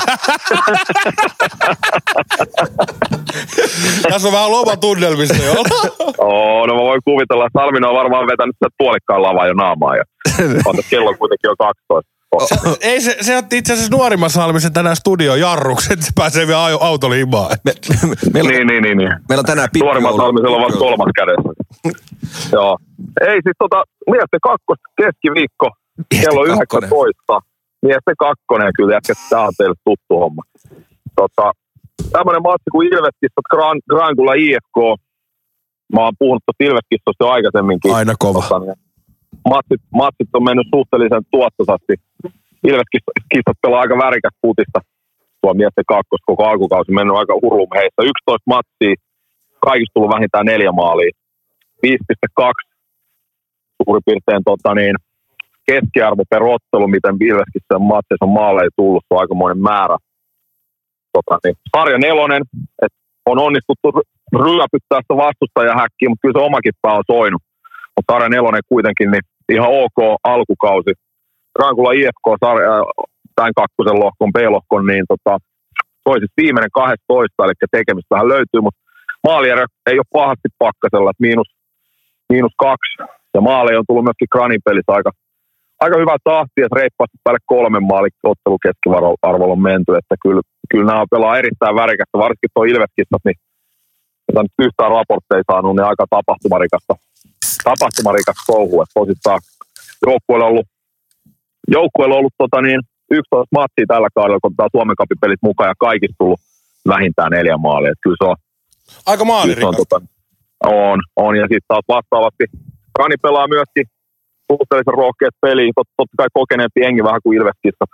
Tässä on vähän lomatunnelmissa jo. No mä voin kuvitella. Salminen on varmaan vetänyt sitä puolikkaan lavaa jo naamaa. Ja kello kuitenkin on 12. Ei se otti itse asiassa Nuorimman Salmisen tänään studio jarrukset, että se pääsee vielä autolla himaan. Niin. Meillä on tänään Pippi Nuorimman Salmisella on vasta kolmas kädessä. Joo. Ei siis Miesten kakkosta keskiviikko, kello 19. Miesten kakkonen kyllä, jätkä, tää on teille tuttu homma. Tämmönen matsi kuin Ilveskissat Grankula IFK. Mä oon puhunut tuosta Ilveskistosta jo aikaisemminkin. Aina kova. Matsit on mennyt suhteellisen tuottosasti. Ilveskissat pelaa aika värikäs futista. Tuo miesten kakkos koko alkukausi mennyt aika hurum heissä. 11 matsia, kaikista tullut vähintään 4 maalia. 5,2 suurin piirtein keskiarvo per ottelu, miten Ilveskissä matsissa on maaleja tullut. Se on aikamoinen määrä. Sarja 4, että on onnistuttu ryöpyttää sitä vastustajahäkkiä, mutta kyllä se omakin pää on soinut. Mutta sarja 4 kuitenkin niin ihan ok alkukausi. Grankula IFK tämän kakkosen lohkon, B-lohkon, niin toisessa viimeinen 12, eli tekemistä vähän löytyy, mutta maalierä ei ole pahasti pakkasella, että -2. Ja maaleja on tullut myöskin Granin pelissä aika hyvä tahti, että reippaasti päälle 3 maalin ottelukeskiarvolla on menty, että kyllä nämä pelaa erittäin värikästä, varsinkin tuo Ilveskissat, niin mitä nyt yhtään raportteja saanut, niin aika tapahtumarikas touhu, että tosissaan joukkueella on ollut 11 matsia tällä kaudella, kun otetaan Suomen Cupin pelit mukaan ja kaikista tullut vähintään 4 maalia, että kyllä se on aika maalirikasta. On, ja sitten taas vastaavasti Rani pelaa myöskin suhteellisen rohkeat peliä, totta kai kokeneempi jengi vähän kuin Ilveskissat,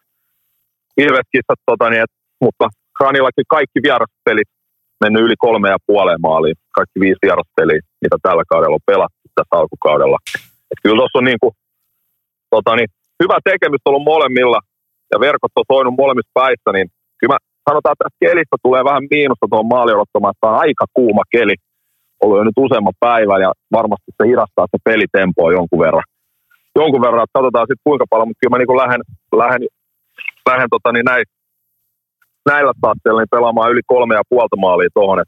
mutta Ranillakin kaikki vieraspelit mennyt yli 3,5 maaliin, kaikki 5 vieraspeliä, mitä tällä kaudella on pelattu tässä alkukaudella. Et kyllä tuossa on hyvä tekemistä ollut molemmilla, ja verkot on soinut molemmissa päissä, niin kyllä mä sanotaan, että tässä kelissä tulee vähän miinusta tuohon maali odottamaan, että on aika kuuma keli, ollut jo nyt useamman päivän, ja varmasti se hidastaa se pelitempoa jonkun verran, että katsotaan sitten kuinka paljon, mutta kyllä mä niin lähden näillä tatteilla niin pelaamaan yli 3,5 maalia tuohon,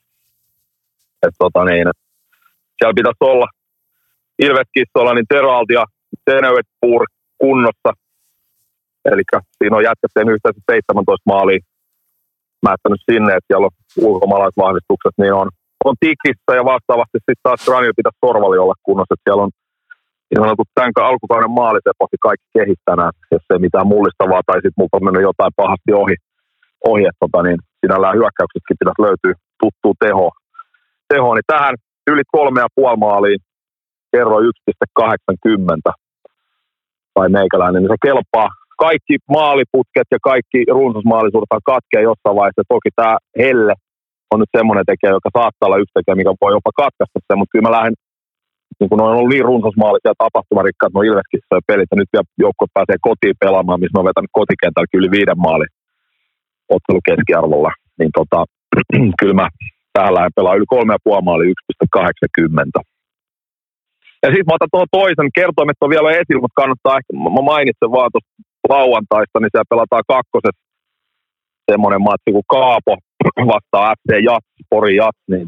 siellä pitäisi olla Ilveskissolla niin Teralt ja Tenövetpur kunnossa, eli siinä on jätkä tehnyt yhteensä 17 maalia mättänyt sinne, että siellä on ulkomaalaisvahvistukset, niin on tikissä ja vastaavasti sitten taas Granil pitäisi Sorvali olla kunnossa, että siellä on niin sanottu tämän alkukauden maaliseposti kaikki kehittänään, jos ei mitään mullistavaa tai sitten multa on mennyt jotain pahasti ohi että sinällään hyökkäyksetkin pitäisi löytyä tuttua tehoa, niin tähän yli 3,5 maaliin kerro 1,80 tai meikäläinen, niin se kelpaa. Kaikki maaliputket ja kaikki runsasmaalisuudet katkee jossain vaiheessa. Toki tämä Helle on nyt semmoinen tekijä, joka saattaa olla yksi tekijä, mikä voi jopa katkaista sen, mutta kyllä mä lähden, niin kun on ollut niin runsasmaalisia tapahtumarikkaat, no Ilveskissä ja pelit, ja nyt vielä joukkue pääsee kotiin pelaamaan, missä ne on vetänyt kotikentälläkin yli 5 maalin ottelukeskiarvolla, niin kyllä mä tähän lähden pelaa yli 3,5 maali 1,80. Ja sitten mä otan tuohon toisen, kertoimet on vielä esillä, mutta kannattaa ehkä, mä mainitsen vaan tuosta lauantaista, niin siellä pelataan kakkosessa semmoinen matsi kuin Kaapo vastaa FC Jats, Pori Jats, niin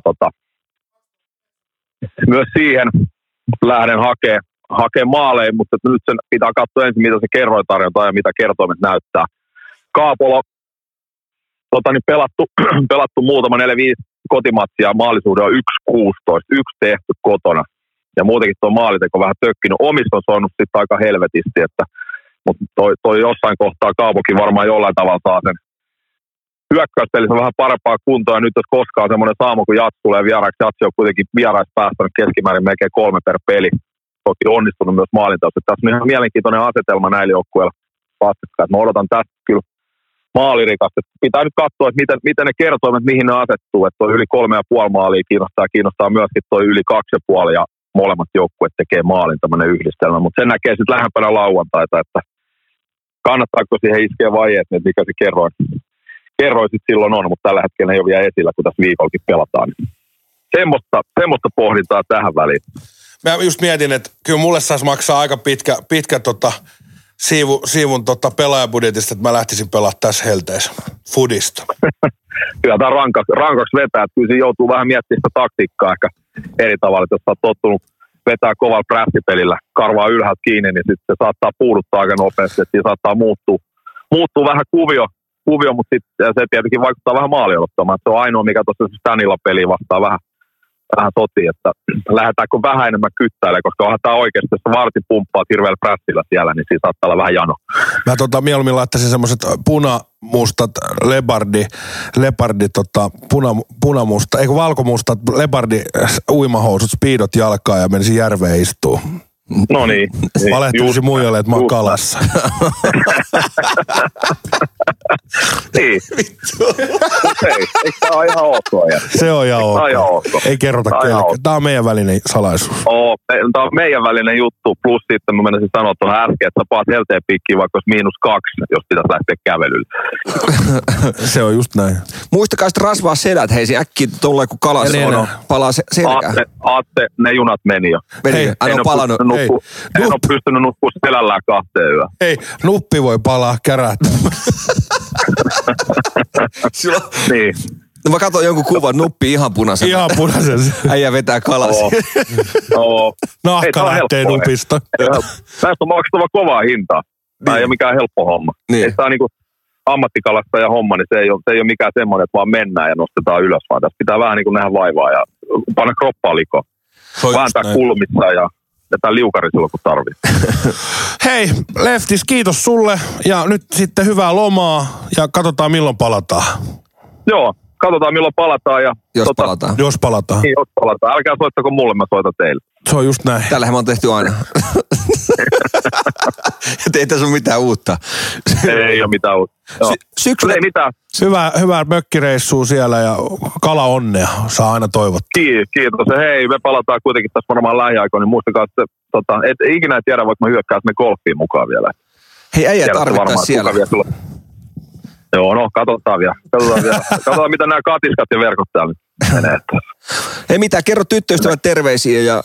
myös siihen lähden hakee maaleja, mutta nyt sen pitää katsoa ensin, mitä se kerrointarjonta ja mitä kertoimet näyttää. Kaapolla pelattu muutama 4-5 kotimatsia, maalisuuden on 1-16, 1 tehty kotona. Ja muutenkin tuo maaliteko vähän tökkinyt. Omista on soinut sitten aika helvetisti, mutta toi jossain kohtaa Kaapokin varmaan jollain tavalla saa sen hyökkäyspelissä vähän parempaa kuntoa. Ja nyt jos koskaan semmoinen saamo, kun Jats tulee vieraaksi, Jatsi on kuitenkin vieraaksi päästänyt keskimäärin melkein 3 per peli. Toki onnistunut myös maalinteossa. Tässä on ihan mielenkiintoinen asetelma näillä joukkueilla vastakkain. Mä odotan tästä kyllä maalirikasta. Pitää nyt katsoa, että miten ne kertoimet, mihin ne asettuu. Että toi yli 3,5 maalia kiinnostaa myöskin toi yli 2,5 ja molemmat joukkueet tekee maalin tämmöinen yhdistelmä. Mutta sen näkee sitten lähempänä lauantaita, että kannattaako siihen iskeä vai ei, että mikä se kerroin sitten silloin on, mutta tällä hetkellä ei ole vielä esillä, kun tässä viikollakin pelataan. Semmoista pohdintaa tähän väliin. Mä just mietin, että kyllä mulle saisi maksaa aika pitkä siivun pelaajabudjetista, että mä lähtisin pelaamaan tässä helteessä fudista. Kyllä tämä rankaksi vetää, että kyllä siinä joutuu vähän miettimään sitä taktiikkaa ehkä eri tavalla, että jos sä oot tottunut vetää kovalla prässipelillä, karvaa ylhäältä kiinni, niin sitten se saattaa puuduttaa aika nopeasti, että siinä saattaa muuttuu vähän kuvio, mutta sitten se tietenkin vaikuttaa vähän maaliolottamaan. Se on ainoa, mikä tuossa Stanilla peliä vastaa vähän sotii, että lähdetäänkö vähän enemmän kyttäilemään, koska onhan tämä oikeasti, jos Varti pumppaa hirveällä prässillä siellä, niin siinä saattaa olla vähän jano. Mä mieluummin laittaisin semmoiset punamustat punamusta, eikö valkomustat leopardi uimahousut, speedot jalkaan ja menisin järveen istuu. No niin. Valehtelisin muijalle, että mä oon kalassa. Niin. Hei, eikö tää ole ihan ok? Se on ihan ok. Ei kerrota kellekään. Tää on meidän välinen salaisuus. Tää on meidän välinen juttu. Plus sitten mä menisin sanoa tuohon äsken, että sä paat helteen piikkiin vaikka olisi -2, jos pitäisi lähteä kävelylle. Se on just näin. Muistakaa sitten rasvaa sedät. Hei, se äkkiä tulee kun kalas palaa selkään. Aatte, ne junat meni jo. Hei, aina on palannut. En ole pystynyt nukkua selällään 2 yöä. Hei, nuppi voi palaa kärähtää. Niin. No mä katson jonkun kuvan, nuppi ihan punaisen. Ihan punaisen. Äijä vetää kalas. Nahka lähtee nupista. Tästä on maksettava kovaa hintaa. Tämä ei ole mikään helppo homma. Niin. Ei tämä niin ammattikalasta ja homma, niin se ei ole mikään semmoinen, että vaan mennään ja nostetaan ylös, vaan tässä pitää vähän niin kuin nähdä vaivaa ja panna kroppaa likoon. Vääntää kulmissa ja jätään liukari silloin, kun tarvii. Hei, Leftis, kiitos sulle ja nyt sitten hyvää lomaa ja katsotaan milloin palataan. Joo, katsotaan milloin palataan ja... Jos palataan. Jos palataan. Niin, jos palataan. Älkää soittako mulle, mä soitan teille. Se on just näin. Tällähän me on tehty aina. Ei tässä ole mitään uutta. Ei ole mitään uutta. Syksyllä... Ei mitään. Hyvää mökkireissua siellä ja kala onnea. Saa aina toivottaa. Kiitos. Ja hei, me palataan kuitenkin tässä varmaan lähiaikoina, niin muistakaa, että et ikinä ei tiedä, vaikka mä hyökkään me golfiin mukaan vielä. Hei, äijä tarvittaisi siellä. Joo, no, katsotaan vielä. Katsotaan, mitä nämä katiskat ja verkot täällä menee. Ei mitään, kerro tyttöystävät terveisiä ja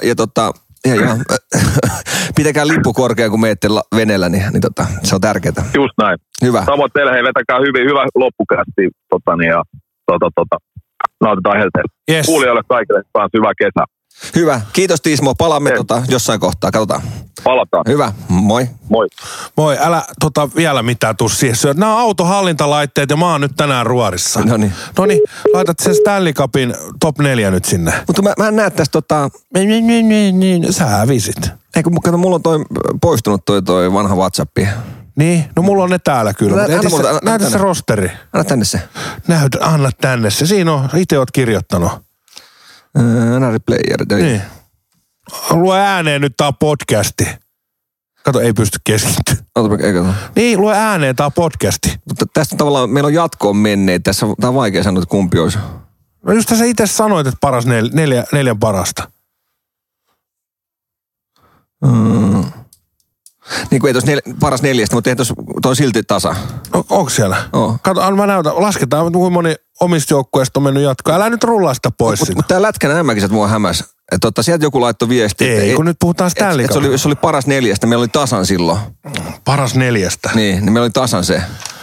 pitäkää lippu korkean, kun menette veneellä, niin se on tärkeää. Just näin. Hyvä. Samoin teille, hei, vetäkää hyvä loppukästi ja nautitaan helteellä. Yes. Kuulijoille kaikille taas hyvä kesä. Hyvä. Kiitos Tiismo. Palaamme jossain kohtaa. Katsotaan. Palataan. Hyvä. Moi. Moi. Moi. Älä vielä mitään tuu siihen. Nämä on autohallintalaitteet ja mä oon nyt tänään ruorissa. Noniin, laitat sen Stanley Cupin top 4 nyt sinne. Mutta mä en näe tästä Niin, sä hävisit. Eikö, kato, mulla on poistunut toi vanha WhatsAppi. Niin, no mulla on ne täällä kyllä. Näytä se rosteri. Anna tänne se. Anna tänne se. Siinä on, itse oot kirjoittanut. Player. Niin. Lue ääneen nyt, tää on podcasti. Kato, ei pysty keskittymään. Ei kato. Niin, lue ääneen, tää on podcasti. Mutta tästä tavallaan meillä on jatkoon menneet. Tässä tää on vaikea sanoa, että kumpi olisi. No just sä itse sanoit, että paras neljän parasta. Niin kuin ei tuossa paras 4, mutta ei tuossa toi silti tasa. Onko siellä? Kato, mä näytän. Lasketaan, kuinka moni omista joukkueista on mennyt jatkoon. Älä nyt rullaa sitä pois sitä. Mutta tää Lätkän MM-kisat mua hämäs. Että sieltä joku laittoi viesti. Ei, kun nyt puhutaan Stanley Cupista. Se oli paras 4, meillä oli tasan silloin. Paras 4. Niin meillä oli tasan se.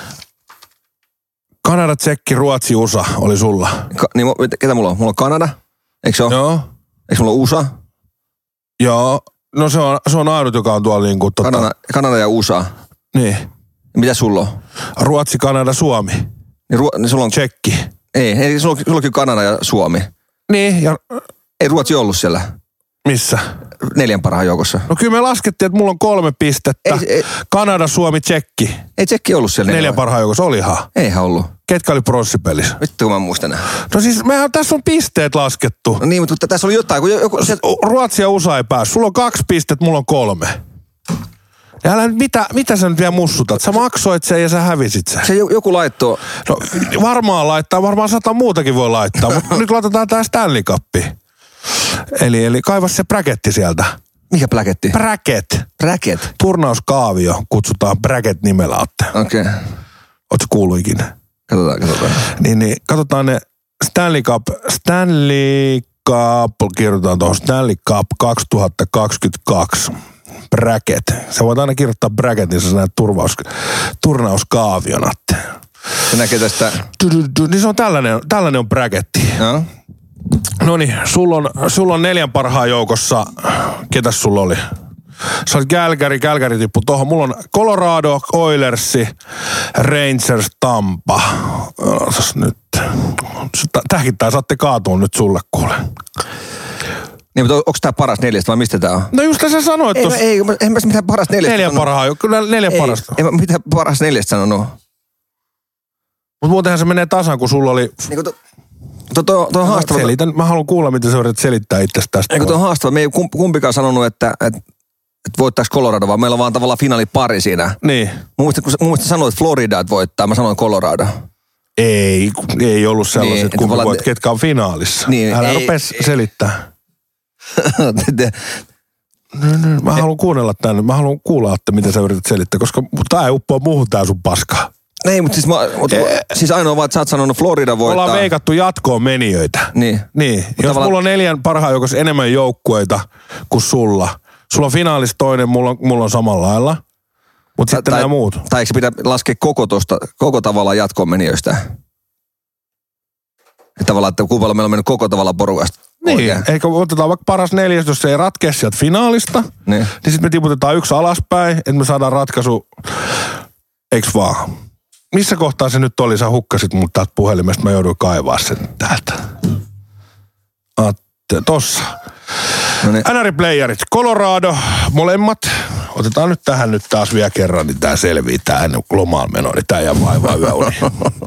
Kanada, Tsekki, Ruotsi, USA oli sulla. Niin, ketä mulla on? Mulla on Kanada. Eikö se ole? Joo. Eikö mulla ole USA? Joo. No se on ainut, joka on tuolla niin kuin... Kanada ja USA. Niin. Mitä sulla on? Ruotsi, Kanada, Suomi. Niin sulla on... Tsekki. Ei sulla on kyllä Kanada ja Suomi. Niin, ja... Ei Ruotsi ollut siellä. Missä? 4 parhaan joukossa. No kyllä me laskettiin, että mulla on 3 pistettä. Kanada, Suomi, Tsekki. Ei Tsekki ollut siellä. 4 parhaan joukossa, olihan. Eihän ollut. Ketkä oli pronssipelissä? Vittu, kun mä muistan nää. No siis tässä on pisteet laskettu. No niin, mutta tässä oli jotain. Kun Ruotsi ja USA ei päässyt. Sulla on 2 pistettä, mulla on 3. Ja älä nyt, mitä sä nyt vielä mussutat? Sä maksoit sen ja sä hävisit sen. Se joku laittoi. No varmaan 100 muutakin voi laittaa, mutta nyt laitetaan tää Stanley Cup. Eli kaiva se braketti sieltä. Mikä braketti? Bracket. Turnauskaavio kutsutaan bracket-nimellä, Atte. Okei. Ootko kuullut ikinä? Katsotaan. Niin, katsotaan ne Stanley Cup, kirjoitetaan tuohon Stanley Cup 2022. Bracket. Sä voit aina kirjoittaa bracketin, sä näet turnauskaavion, Atte. Se näkee tästä. Niin se on tällainen on bracketti. No. Noniin, sulla on 4 parhaan joukossa. Ketäs sulla oli? Sä olit Calgary tippu tohon. Mulla on Colorado, Oilersi, Rangers, Tampa. Nyt. Tähkin tää saatte kaatua nyt sulle, kuule. Niin, mutta onko tää paras 4 vai mistä tää on? No just sä sanoit tossa. Ei, en mä mitään paras 4. 4 parhaa, kyllä 4 parasta. En mä mitään paras 4 sanonut. Mut muutenhan se menee tasan, kun sulla oli... Niin tuo on haastava. Selitän, mä haluan kuulla, miten sä yrität selittää itsestä tästä. Eikö tuo on haastava? Me ei kumpikaan sanonut, että voittaako Colorado, vaan meillä on vaan tavallaan finaalipari siinä. Niin. Mun mielestä sanoit Florida, että voittaa. Mä sanoin Colorado. Ei ollut sellaiset, niin, kun ketkä on finaalissa. Niin, älä rupea selittää. Mä haluan kuunnella tänne. Mä haluan kuulla, että mitä sä yrität selittää, koska tää ei uppoa muuhun tää sun paskaa. Ei, mutta siis ainoa vaan, että sä oot sanonut Florida voittaa. Ollaan veikattu jatkoon menijöitä. Niin. Jos mulla on 4 parhaan joukossa enemmän joukkueita kuin sulla. Sulla on finaalissa toinen, mulla on samalla lailla. Mutta sitten nämä muut. Tai eikö se pitää laskea koko tavallaan jatkoon menijöistä? Tavallaan, että kuinka paljon meillä on mennyt koko tavalla porukasta. Niin, eikä otetaan vaikka paras 4, jos se ei ratkea sieltä finaalista, niin sitten me tiputetaan 1 alaspäin, että me saadaan ratkaisu, eiks vaan? Missä kohtaa se nyt oli? Sä hukkasit mut täältä puhelimesta, mä jouduin kaivaa sen täältä. Tossa. No niin. NR-playerit, Colorado, molemmat. Otetaan nyt tähän nyt taas vielä kerran, niin tää selvii tää ennen lomaan meno, niin tää jää vaivaa yöuni.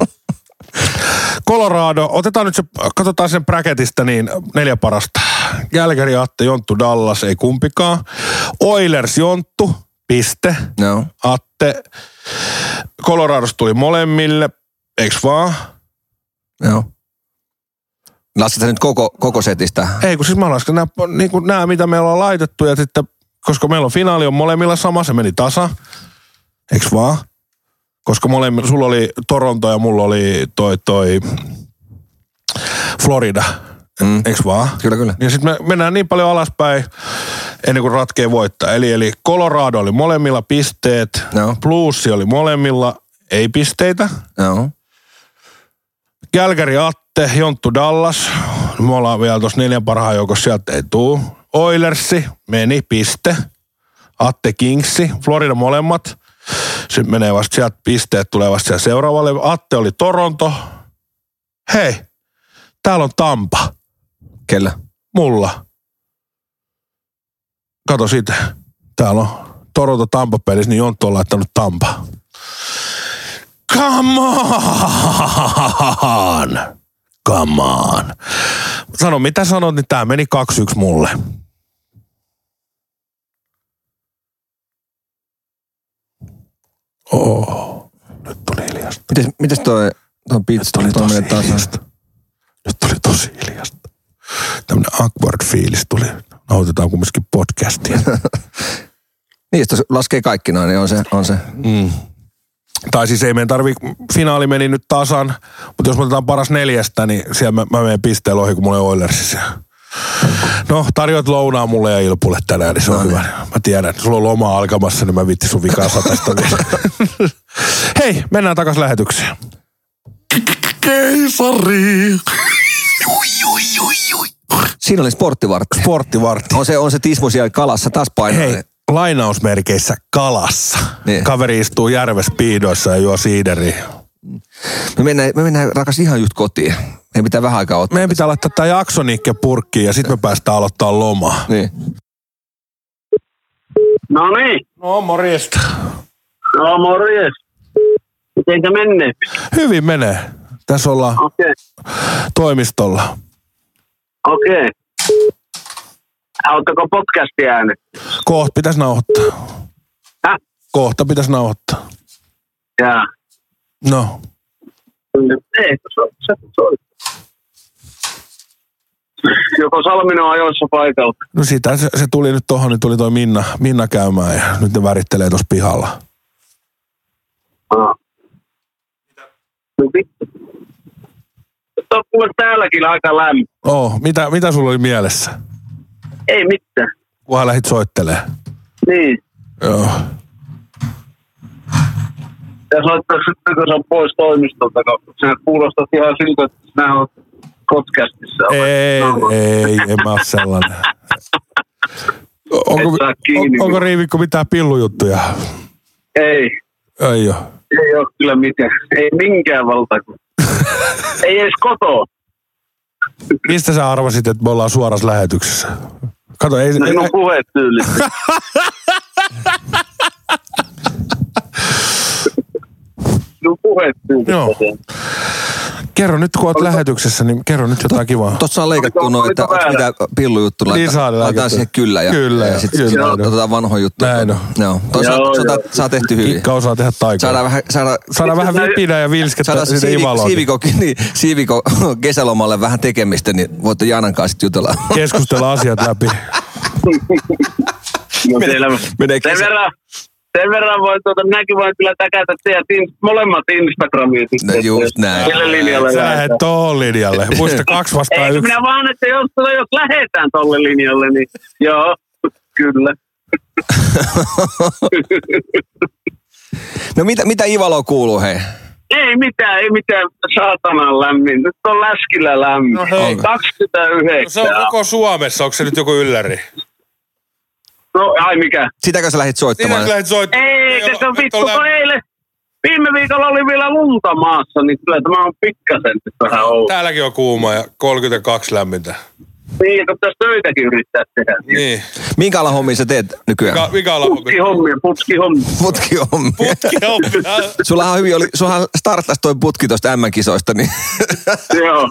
Colorado, otetaan nyt se, katsotaan sen bracketista niin 4 parasta. Calgary, Atte, Jonttu, Dallas, ei kumpikaan. Oilers, Jonttu, piste. No. Atte, Coloradosta tuli molemmille, eiks vaan? Joo. Lasketaan nyt koko setistä. Ei, kun siis mä lasken nämä, mitä me ollaan laitettu, ja sitten, koska meillä on finaali on molemmilla sama, se meni tasa. Eiks vaan? Koska molemmilla, sulla oli Toronto ja mulla oli toi Florida. Eiks vaan? Kyllä. Ja sitten me mennään niin paljon alaspäin, ennen kuin ratkee voittaa. Eli Colorado oli molemmilla pisteet, Blues oli molemmilla ei pisteitä. No. Calgary, Atte, Jonttu, Dallas. Me ollaan vielä tuossa 4 parhaan joukossa, sieltä ei tuu. Oilersi meni, piste. Atte, Kingsi, Florida molemmat. Sitten menee vasta sieltä pisteet, tulee vasta siellä seuraavalle. Atte oli Toronto. Hei, täällä on Tampa. Kellä? Mulla. Kato siitä. Täällä on Toronto-Tampa-pelissä, niin Jonttu on laittanut Tampa. Come on. Sano, mitä sanot, niin tää meni 2-1 mulle. Nyt tuli hiljasta. Mites toi pizza? Nyt tuli tosi hiljasta. Tämmönen awkward fiilis tuli. Nautetaan kumminkin podcastia. Niin, jos laskee kaikki noin, niin on se. Tai siis ei meidän finaali meni nyt tasan, mutta jos me otetaan paras 4, niin siellä mä menen pisteen ohi, kun mulla on Oilersissa. No, tarjoat lounaa mulle ja Ilpulle tänään, niin se on hyvä. Mä tiedän, että sulla on lomaa alkamassa, niin mä vittin sun vikaa satasta. Hei, mennään takas lähetykseen. Keisari. Siinä oli sporttivartti. On se Tismo siellä kalassa taas painaa. Hei, lainausmerkeissä kalassa. Niin. Kaveri istuu järvessä piidoissa ja juo siideriä. Me mennään rakas ihan just kotiin. Meidän pitää vähän aikaa ottaa. Meidän pitää laittaa tää jaksonikke purkkiin ja sitten me päästään aloittaa lomaa. Niin. No niin. No morjesta. No morjes. Mitenkä menee? Hyvin menee. Tässä ollaan toimistolla. Okei. Auttako podcastia äänet? Kohta pitäisi nauhoittaa. Kohta pitäisi nauhoittaa. Jaa. No. Ei, se joko Salminen on ajoissa paikalla? No sitä se tuli nyt tohon, niin tuli toi Minna käymään ja nyt ne värittelee tuossa pihalla. No vittu. On kuule täälläkin aika lämmin. Mitä sulla oli mielessä? Ei mitään. Kunhan lähdit soittelemaan. Niin. Joo. Ja soittaa sitten, kun sä on pois toimistolta, kun sä kuulostat ihan siltä, että sinä oot podcastissa. En mä oo sellainen. Onko Riivikko mitään pillujuttuja? Ei. Ei oo. Ei oo kyllä mitään. Ei minkään valtakuntaa. Ei edes kotoa. Mistä sä arvasit, että me ollaan suorassa lähetyksessä? Kato, ei... No puheet tyylisesti. Joo. Kerro nyt, kun oot lähetyksessä, niin kerro nyt jotain kivaa. Tuossa on leikattu noin, että onko mitään pillujuttu laitetaan siihen kyllä ja sitten otetaan vanhoja juttuja. Näin on. Joo. Saa tehty hyvin. Kikka osaa tehdä taikaa. Saadaan vähän vipinä ja vilskettä siitä Ivaloon. Siiviko kesälomalle vähän tekemistä, niin voitte Jaanan kanssa sitten jutella. Keskustella asiat läpi. No sen verran voi, minäkin voin kyllä täkätä teidät molemmat Instagramiin. No just näin. Sille linjalle. Sä lähet tohon linjalle. Muista 2 vastaan 1. Minä vaan, että jos lähdetään tolle linjalle, niin joo, kyllä. No mitä Ivalo kuuluu, hei? Ei mitään saatanan lämmin. Nyt on läskillä lämmin. No hei. 29. No se on koko Suomessa, onko se nyt joku ylläri? No ai mikä? Sitäkö sä lähdit soittamaan? Eikä se on vittu, kun eilen viime viikolla oli vielä lunta maassa, niin kyllä tämä on pikkasen vähän ollut. Täälläkin on kuuma ja 32 lämmintä. Niin, kun tässä töitäkin yrittää tehdä. Niin. Minkä alan hommia sä teet nykyään? Mikä alan hommia? Putkihommia. Sullahan starttasi toi putki tosta M-kisoista, niin Joo.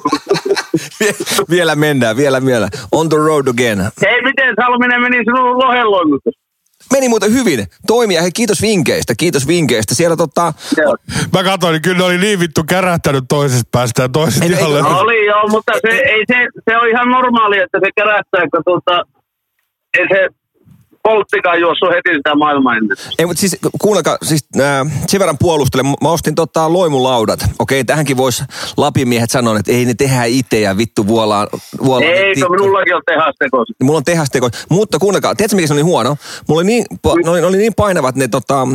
vielä mennään. On the road again. Hei, miten Salminen meni sinun lohenloimutus? Meni muuten hyvin. Toimia. Hei, kiitos vinkkeistä. Siellä Mä katsoin, niin kyllä ne oli niin vittu kärähtänyt toisesta päästä ja toisesta jalle. Oli joo, mutta se on ihan normaali, että se kärähtää, kun ei se polttikaan juossut heti sitä maailmanennätystä. Ei, mutta siis kuunnelkaa, sen verran puolustelen. Mä ostin luomulaudat. Okei, tähänkin vois Lapimiehet sanoa, että ei ne tehdä itse ja vittu vuolaan. Eikö, minullakin on tehastekoiset. Mulla on tehastekoiset. Mutta kuunnelkaa, tiedätkö mikä se oli huono? Mulla oli niin painavat ne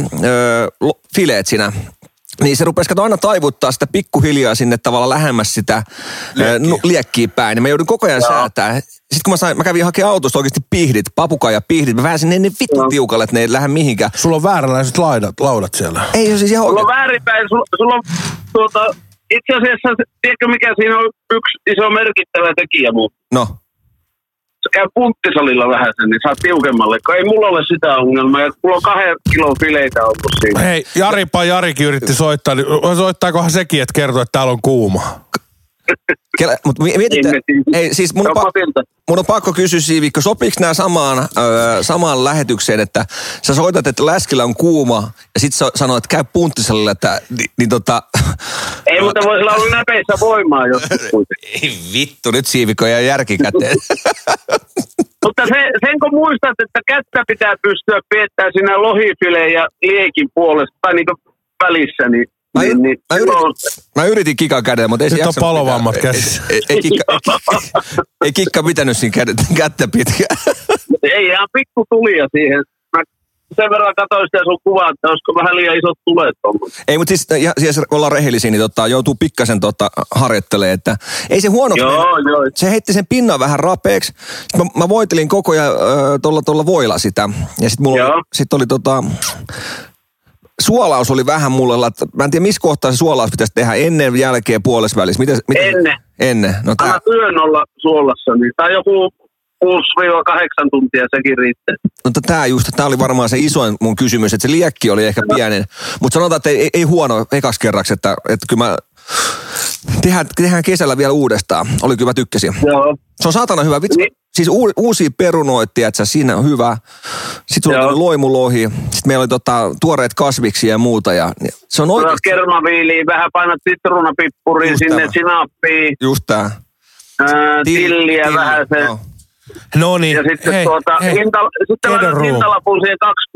fileet siinä. Niin se rupesi aina taivuttaa sitä pikkuhiljaa sinne tavallaan lähemmäs sitä liekkiä päin. Ja mä joudun koko ajan säätää. Sitten kun mä kävin hakemaan autosta oikeasti pihdit, papukaija-pihdit. Mä väänsin ne niin vittu tiukalle, että ne ei lähde mihinkään. Sulla on vääränlaiset laudat siellä. Ei, siis ihan sulla on väärinpäin. Sulla on itse asiassa, tiedätkö mikä siinä on yksi iso merkittävä tekijä muu? No. Sä käy punttisalilla vähän sen, niin saat tiukemmalle. Ei mulla ole sitä ongelmaa. Mulla on 2 kilon fileitä ollut siinä. Hei, Jarikin yritti soittaa. Niin soittaakohan sekin, että kertoo, että täällä on kuuma? Mutta mietitään, ei siis mun on pakko kysyä Siivikko, sopiiko nämä samaan lähetykseen, että sä soitat, että läskillä on kuuma ja sit sä sanoit, että käy punttisalilla, että Ei, mutta voisi olla näpeissä voimaa joskus kuitenkin. Ei vittu, nyt Siivikko jää järki käteen. Mutta sen kun muistat, että kättä pitää pystyä piettämään siinä lohifileen ja liekin puolesta tai niinku välissä, niin Mä yritin Kikan käden, mutta ei se jaksanut. Nyt on palovammat käsissä. Ei Kikka pitänyt siinä kättä pitkään. Ei ihan pikku tulia siihen. Mä sen verran katsoin sitä sun kuvaa, että olisiko vähän liian isot tulet ollut. Ei, mutta siis kun ollaan rehellisiä, niin joutuu pikkasen harjoittelemaan, että ei se huonoksi. Joo. Se heitti sen pinnan vähän rapeeksi. Sitten mä voitelin koko ajan tuolla voilla sitä. Ja sitten mulla oli suolaus oli vähän mulle, että mä en tiedä missä kohtaa se suolaus pitäisi tehdä, ennen, jälkeen, puolesvälissä. Ennen. No, anna yön olla suolassa, niin tai joku 6-8 tuntia sekin riittää. No tää oli varmaan se isoin mun kysymys, että se liekki oli ehkä pienen. Mutta sanotaan, että ei huono ekaksi kerraksi, että kyllä mä tehdään kesällä vielä uudestaan. Oli kyllä, mä tykkäsin. Joo. Se on saatana hyvä. Vitsi. Niin. Siis uusia perunoittia, että siinä on hyvä. Sitten sulla oli loimulohi. Sitten meillä oli tuoreet kasviksia ja muuta. Ja se on oikeasti. Kermaviiliä, vähän painat sitruunapippuria sinne, sinappia. Just tää. Tilliä vähän se. No niin. Ja sitten hintalapun siihen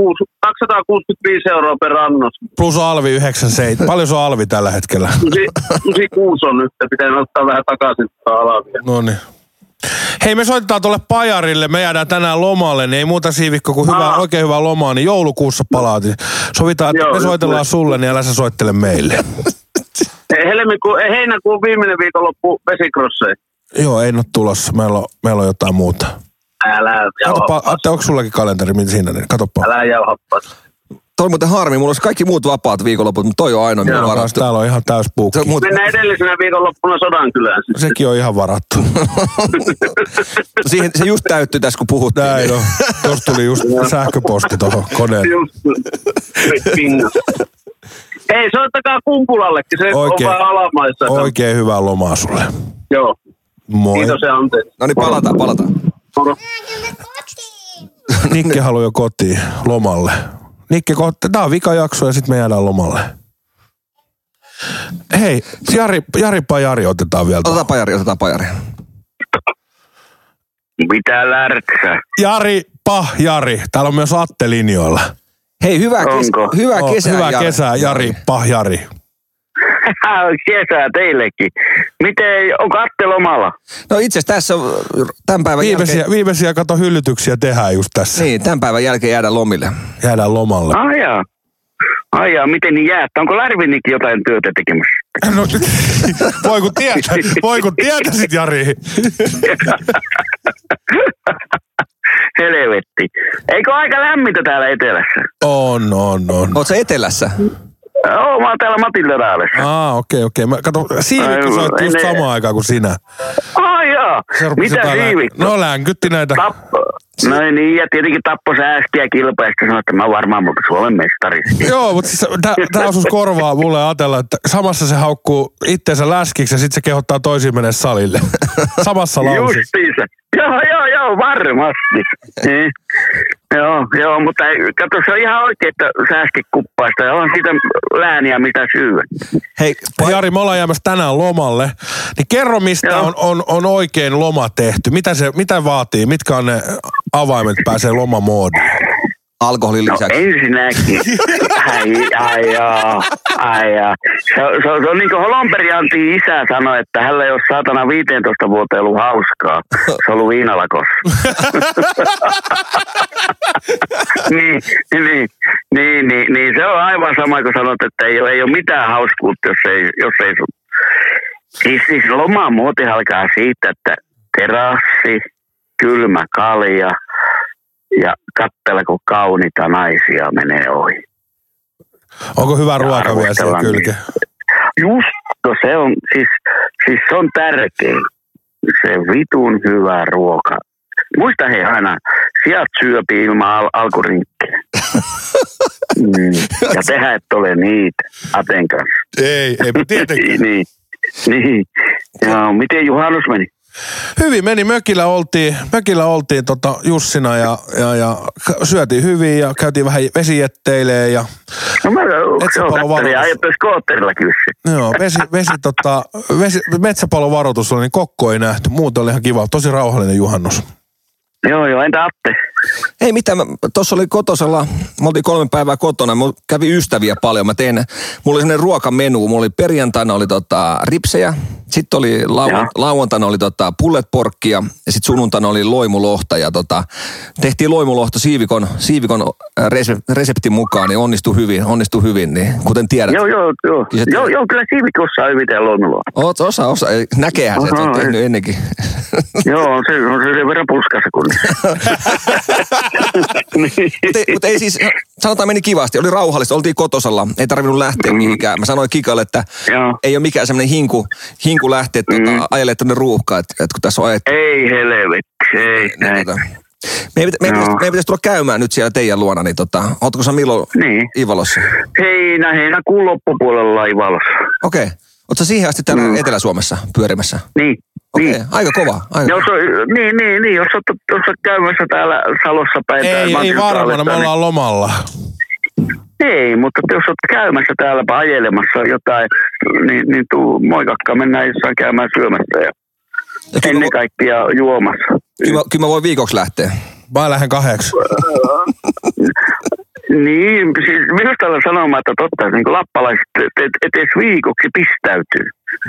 265 € per annos. Plus alvi 97. Paljon se on alvi tällä hetkellä? 96 on nyt, pitää ottaa vähän takaisin alavia. No niin. Hei, me soitetaan tuolle Pajarille. Me jäädään tänään lomalle, niin ei muuta Siivikko kuin oikein hyvää lomaa, niin joulukuussa palaat. Sovitaan, että me soitellaan sulle, niin älä sä soittele meille. Heinäkuun viimeinen viikonloppu vesikrosseja. Joo, ei ole tulossa. Meillä on jotain muuta. Älä Katsopa, Atte, onko sullakin kalenteri, mitä siinä? Niin katsopa. Älä jauhappas. Toi on muuten harmi, mulla olisi kaikki muut vapaat viikonloput, mutta toi on ainoa, mitä on varattu. Täällä on ihan täys puukki. Mennään edellisenä viikonloppuna Sodankylään. Sekin on ihan varattu. Siihen se just täyttyi tässä, kun puhuttiin. Näin on. Tuossa tuli just sähköposti tuohon koneelle. Hei, soittakaa Kumpulallekin, se on vaan alamaissa. Oikein hyvää lomaa sulle. Joo. Moi. Kiitos ja anteeksi. No niin, palataan. Nikke haluaa jo kotiin lomalle. Nikke, tää on vikajakso ja sitten me jäädään lomalle. Hei, Jari otetaan vielä. Otetaan Jari. Mitä lärtsä? Jari. Täällä on myös Atte linjoilla. Hei, hyvää kesää, Hyvää kesää, Jari. Kesää teillekin. Miten, onko Atte lomalla? No itse asiassa tässä tämän päivän jälkeen... Viimeisiä hyllytyksiä tehdään just tässä. Niin, tämän päivän jälkeen jäädään lomille. Jäädään lomalle. Ai jaa, miten niin jäättä? Onko Lärvinikin jotain työtä tekemässä? No, voi kun tietäisit, Jari. Helvetti. Eikö aika lämmintä täällä etelässä? On. Ootko sä etelässä? Joo, mä oon täällä Matilda-Raadessa. Okei. Kato, Siivikko soitti just samaan aikaan kuin sinä. Jaa. Mitä Siivikko? No länkytti näitä. No niin, ja tietenkin tappoi sääskiä kilpeästä, sanoi, että mä varmaan mutta Suomen mestari. Joo, mutta siis tää osuus korvaa mulle ajatella, että samassa se haukkuu itteensä läskiksi ja sitten se kehottaa toisiin mennä salille. Samassa lausissa. Justiinsa. Joo, varmasti. Joo, mutta katso, se on ihan oikein, että sääskikuppaista ja on siitä lääniä mitä syödä. Hei, Jari, me ollaan jäämässä tänään lomalle. Niin kerro, mistä on oikein loma tehty. Mitä vaatii? Mitkä on ne avaimet, pääsee lomamoodiin? Alkoholin lisäksi. No ensinnäkin. Ai jaa. Se on niin kuin Holmberg Antti isä sanoi, että hänellä ei ole saatana 15 vuotta ollut hauskaa. Se on ollut viinalakossa. niin, se on aivan sama kuin sanot, että ei ole mitään hauskuutta, jos ei sun. Siis lomamuoti alkaa siitä, että terassi, kylmä kalja ja katsella, kun kauniita naisia menee ohi. Onko hyvä ruoka vielä siellä kylkeen? Just, se on, siis se on tärkein. Se vitun hyvä ruoka. Muista hei aina, sieltä syöpi ilman alkurinkkiä. Ja tehdä et ole niitä Aten kanssa. Ei tietenkään. niin. Ja miten juhannus meni? Hyvin meni. Mökillä oltiin Jussina ja syötiin hyvin ja käytiin vähän vesijetteilee ja ajettu skootterilla kyllä. Joo, metsäpalovaroitus oli, niin kokko ei nähty. Muuten oli ihan kiva. Tosi rauhallinen juhannus. Joo, entä Atte? Ei mitään, tuossa oli kotosella, me oltiin 3 päivää kotona, mulla kävi ystäviä paljon, mulla oli sellainen ruokamenu, mulla oli perjantaina oli ripsejä, sitten oli lauantaina oli pulletporkkia ja sitten sunnuntaina oli loimulohta ja tehtiin loimulohto siivikon reseptin mukaan, niin onnistui hyvin, niin kuten tiedät. Joo, kyllä siivikko osaa hyvin tehdä loimulohta. Osaa, näkeehän se, että on tehnyt ennenkin. Joo, on se sen verran puskassa kunnissa. Mutta ei siis, sanotaan meni kivasti, oli rauhallista, oltiin kotosalla, ei tarvinnut lähteä mihinkään. Mä sanoin Kikalle, että ei ole mikään semmoinen hinku lähteä ajelemaan tuonne ruuhkaan, että kun tässä on ajettu. Ei helvetti, ei näin. Meidän pitäisi tulla käymään nyt siellä teidän luona, niin ootko sä milloin Ivalossa? Heinäkuun loppupuolella Ivalossa. Okei. Ootko sä siihen asti täällä Etelä-Suomessa pyörimässä? Niin. Okei, aika kova. Jos olet käymässä täällä Salossa päin. Ei varmana, me ollaan lomalla. Ei, mutta jos olet käymässä täällä ajelemassa jotain, niin tuu moikakka, mennään jossain käymään syömässä ja ennen kaikkea juomassa. Kyllä mä voin viikoksi lähteä. Mä lähden 8. Niin, siis minusta olen sanomaan, että totta, niin kuin lappalaiset etes viikoksi pistäytyy.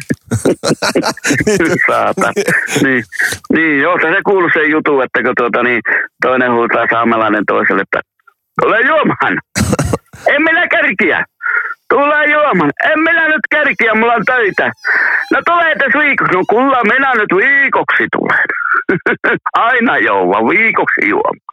Saata. Niin, joo, se kuuluu se jutu, että kun toinen huutaa saamelainen toiselle, että ole juomaan. En minä kärkiä. Tulee juomaan. En minä nyt kerkiä, mulla on töitä. No tulee tässä viikoksi. No kulla minä nyt viikoksi tulen. Aina jouva, viikoksi juomaan.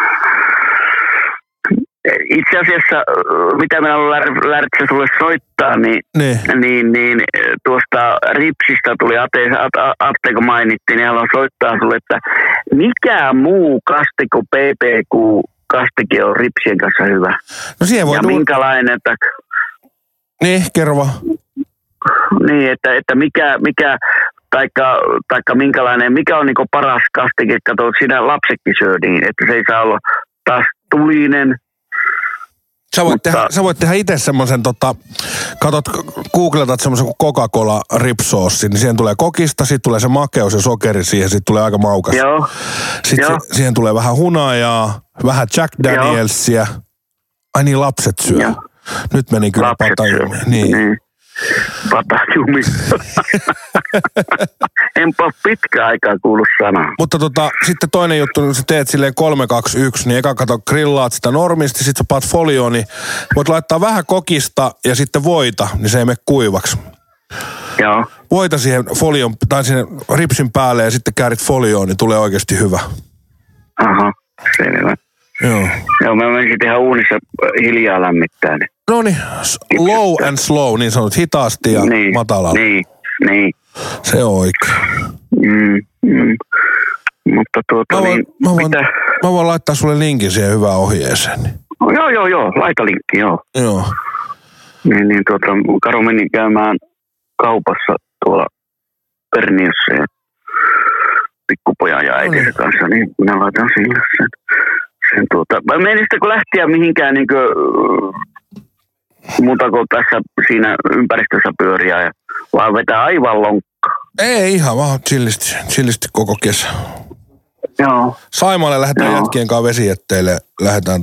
Itse asiassa, mitä minä olen lähdetty sulle soittaa, niin tuosta Ripsistä tuli Atte, kun mainittiin, niin haluan soittaa sulle, että mikä muu kaste kuin PPQ-kastike on Ripsien kanssa hyvä? No siihen voi ja minkälainen, että... Niin, kerro vaan. Niin, että mikä taikka minkälainen, mikä on niinku paras kastike, kato, siinä lapsetkin syö niin, että se ei saa olla taas tulinen. Sä voit tehdä itse semmoisen, googletat semmoisen kuin Coca-Cola ripsoossi, niin siihen tulee kokista, sitten tulee se makeus ja sokeri siihen, sitten tulee aika maukas. Joo. Sitten siihen tulee vähän hunajaa, vähän Jack Danielsia. Ai niin, lapset syö. Joo. Nyt meni kyllä patajumi. Niin. Patajumi. Enpä ole pitkä aikaa kuullut sanaa. Mutta sitten toinen juttu, kun sä teet silleen 3-2-1, niin eka grillaat sitä normisti, sit sä paat folioon, niin voit laittaa vähän kokista ja sitten voita, niin se ei mene kuivaksi. Joo. Voita siihen folion, tai siihen ripsin päälle ja sitten käärit folioon, niin tulee oikeasti hyvä. Aha, selvä. Joo, mä menisin tehdä uunissa hiljaa lämmittää. No niin, low and slow, niin sanot, hitaasti ja matalalla. Niin. Se on oikein. Mutta mä voin laittaa sulle linkin siihen hyvään ohjeeseen. Joo, laita linkki, joo. Niin, Karo meni käymään kaupassa tuolla Perniössä ja pikkupojan ja äitinsä kanssa, niin minä laitan sille sen mä menin sitten kun lähtiä mihinkään muuta kuin tässä siinä ympäristössä pyöriä vaan vetää aivan lonkkaa. Ei ihan, vaan chillisti koko kesä. Joo. Saimaalle lähdetään jätkien kanssa vesijätteille, lähdetään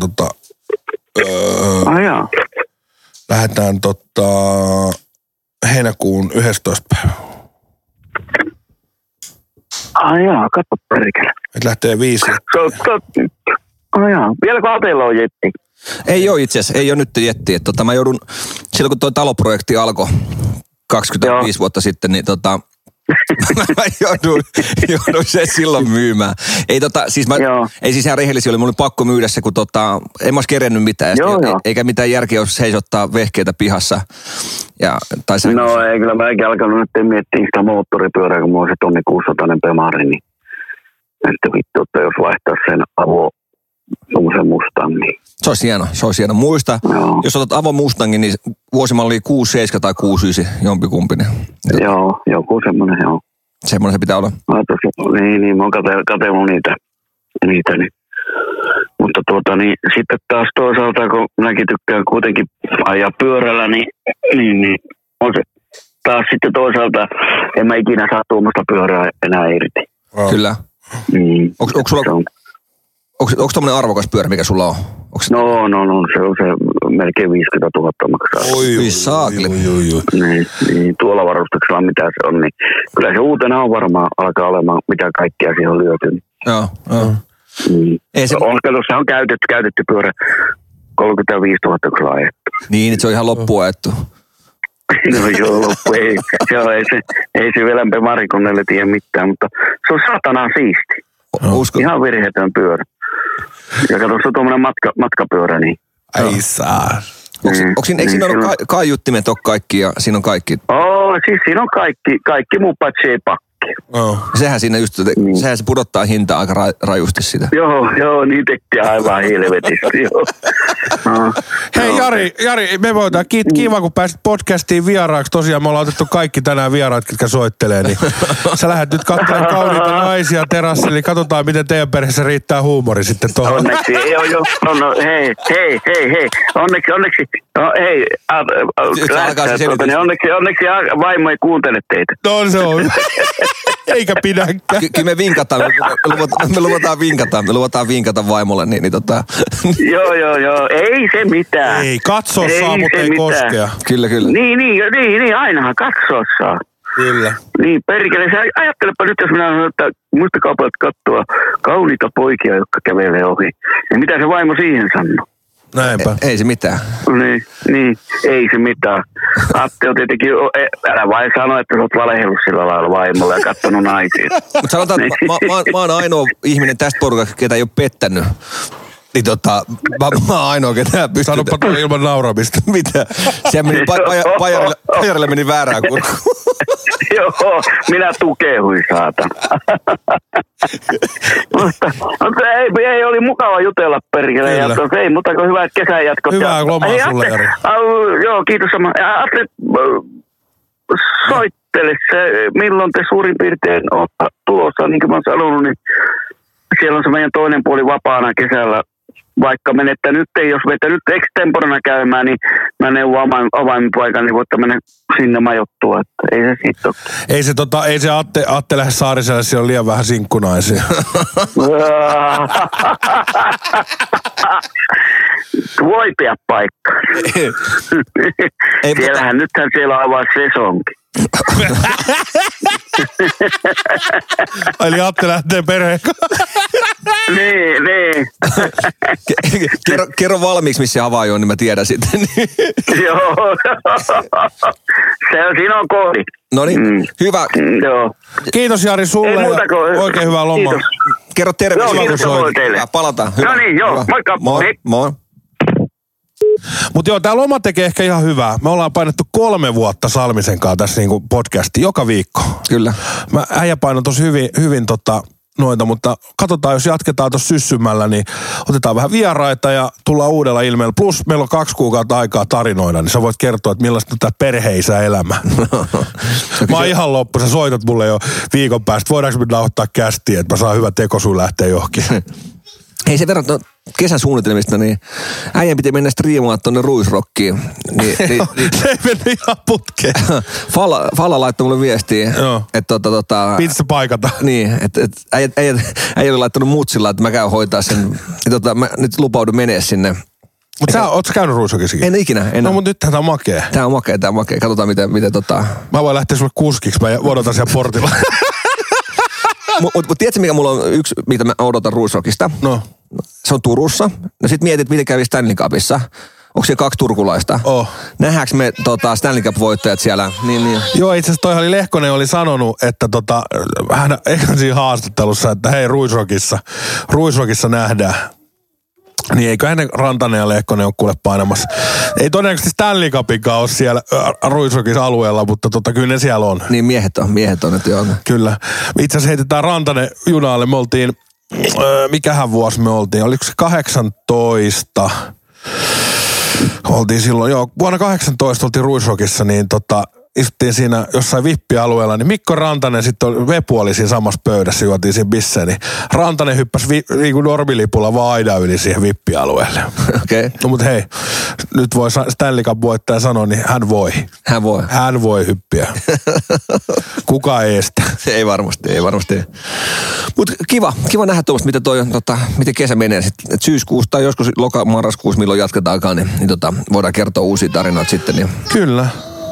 lähdetään heinäkuun 11. päivä. Katso perkele. Et lähtee 5. Vieläkö Atella on jetti? Ei ole itse asiassa, ei ole nyt jetti. Mä joudun, silloin kun toi taloprojekti alkoi 25 vuotta sitten, niin mä joudun sen silloin myymään. Ei siis ihan rehellisiä oli, mulla oli pakko myydä se, kun en mä olisi kerennyt mitään. Eikä mitään järkeä olisi seisottaa vehkeitä pihassa. Ei kyllä mäkin alkanut nyt miettiä sitä moottoripyörää, kun mulla on se 1600 Bemari, niin että vittu, että jos vaihtaa sen semmoisen Mustangin. Se olisi hieno. Muista, jos otat Avo Mustangin, niin vuosimalli 67 tai 69, jompikumpi. Joo, joku semmoinen, joo. Semmoinen se pitää olla. Niin, mä oon katsellut niitä. Niin. Mutta sitten taas toisaalta, kun minäkin tykkään kuitenkin ajaa pyörällä, niin on se taas sitten toisaalta, en mä ikinä saa tuommoista pyörää enää irti. Kyllä. Onko tommonen arvokas pyörä, mikä sulla on? No, se on se melkein 50 000 maksaa. Oi saakeli. Niin, tuolla varustuksella mitä se on, niin kyllä se uutena on varmaan alkaa olemaan, mitä kaikkea siihen on lyöty. Joo. Se on käytetty pyörä 35 000 kun ajettu. Niin, että se on ihan loppuun ajettu. No joo, loppu ei se vielä Bemarikonelle tiedä mitään, mutta se on satanaan siisti. Ihan virheetön pyörä. Ja kato, se on tuommoinen matkapyörä, niin... Ei saa. Eikö siinä ole kaiuttimet ole kaikki ja siinä on kaikki? Siis siinä on kaikki muu paitsi ei pakki. Sehän siinä just, sehän se pudottaa hintaa aika rajusti sitä. Joo, niin tekee aivan helvetisti, joo. Hei Jari, me voidaan kiva kun pääsit podcastiin vieraaksi. Tosiaan me ollaan otettu kaikki tänään vieraat, ketkä soittelee, niin sä lähdet nyt katselemaan kauniita naisia terassille, niin katsotaan miten teidän perheessä riittää huumori sitten tuohon. Onneksi, hei, onneksi, onneksi vaimo ei kuuntele teitä. No se on. Eikä pidäkään. Kyllä me vinkataan, me luvataan vinkata vaimolle, niin Joo, ei se mitään. Ei, katsoa saa, mutta ei koskea. Kyllä. Niin, ainahan katsoa saa. Kyllä. Niin, perkele, sä ajattelepa nyt, jos minä sanon, että muistakaa katsoa kauniita poikia, jotka kävelee ohi. Ja mitä se vaimo siihen sanoo? Näinpä. Ei se mitään. Niin, ei se mitään. Atte on tietenkin, älä vain sano, että sä oot valehellut sillä lailla vaimolle ja kattonut naisiin. Mutta sanotaan, että mä oon ainoa ihminen tästä porukasta, ketä ei ole pettänyt. Niin mä oon ainoa, ketä pystyy. Sanoppa tuolla ilman nauramista. Mitä? Siellä meni, Pajarille meni väärään kurkkuun. Joo, minä tukehuin, saatan. mutta ei, oli mukava jutella perkele. Ja ei muuta kuin hyvät kesän jatkot. Hyvää lomaa sulle, Jari. Joo, kiitos sama. Ja Atte, soittele se, milloin te suurin piirtein olette tulossa, niin kuin mä oon sanonut, niin siellä on se meidän toinen puoli vapaana kesällä. Vaikka menette nyt, jos menette nyt extemporana käymään, niin mä neuvon avaimen paikan, niin voitte mennä sinne majoittua, että ei se siitä ole. Ei se Atte lähde Saariselle, siellä on liian vähän sinkkunaisia. Voi pidä paikka. Siellähän nythän siellä avaa sesonkin. Eli Atte lähtee perheen. Niin. Kerro valmiiksi, missä se avaaja on, niin mä tiedän sitten. Joo. Siinä on koodi. No niin, hyvä. Joo. Kiitos Jari sulle ja oikein hyvää lomaa. Kiitos. Kerro terve. Joo, kiitos teille. Palataan. Hyvä. No niin, joo. Moikka. Moi. Mutta joo, tää loma tekee ehkä ihan hyvää. Me ollaan painettu 3 vuotta Salmisen kanssa tässä niinku podcasti joka viikko. Kyllä. Mä äijä painan tossa hyvin noita, mutta katsotaan, jos jatketaan tuossa syssymällä, niin otetaan vähän vieraita ja tullaan uudella ilmeellä. Plus meillä on 2 kuukautta aikaa tarinoida, niin sä voit kertoa, että millaista on tää perheisä-elämä. Mä oon ihan loppu, sä soitat mulle jo viikon päästä. Voidaanko me nauhoittaa kästiä, että mä saan hyvä tekosuun lähteä johonkin. Hei, sen verran kesän suunnitelmista, niin äijän piti mennä striimaan tuonne Ruisrockiin. Se ei mennyt ihan putkeen. Falla laittoi mulle viestiä, että piti se paikata. Niin, että äijä oli laittanut mutsilla, että mä käyn hoitaa sen. Mä nyt lupaudun menee sinne. Mutta ootko käynyt Ruisrockissakin? En ikinä. No, mutta nyt tää on makea. Tää on makea. Katsotaan miten Mä voin lähteä sulle kuskiksi, mä odotan siellä portilla. Mutta tiedätkö, mikä mulla on yksi, mitä mä odotan Ruisrockista? No. Se on Turussa. No sit mietit, miten kävi Stanley Cupissa. Onko siellä 2 turkulaista? Nähdäänkö me Stanley Cup-voittajat siellä? Niin. Joo, itse asiassa toi Lehkonen oli sanonut, että hän eikä siinä haastattelussa, että hei Ruisrockissa nähdään. Niin eikö hänen Rantanen ja Lehkonen ole kuule painamassa. Ei todennäköisesti Stanley Cupinkaan ole siellä Ruisrockissa alueella, mutta kyllä ne siellä on. Niin miehet on, että joo. Kyllä. Itse asiassa heitetään Rantanen junaalle. Me oltiin, mikähän vuosi me oltiin? Oliko se 18? Oltiin silloin, vuonna 18 oltiin Ruisrockissa, niin istuttiin siinä jossain vippialueella, niin Mikko Rantanen sitten Vepu oli siinä samassa pöydässä, juotiin siinä bisseen, niin Rantanen hyppäsi niin normilipulla vaan aidan yli siihen vippialueelle. Okei. No mut hei, nyt voi Stanley Cup-voittaja sanoa, niin hän voi. Hän voi hyppiä. Kuka ei estä? Ei varmasti. Mut kiva nähdä tuommoista, miten kesä menee. Sitten syyskuussa tai joskus marraskuussa, milloin jatketaankaan, niin voidaan kertoa uusia tarinoita sitten. Niin. Kyllä.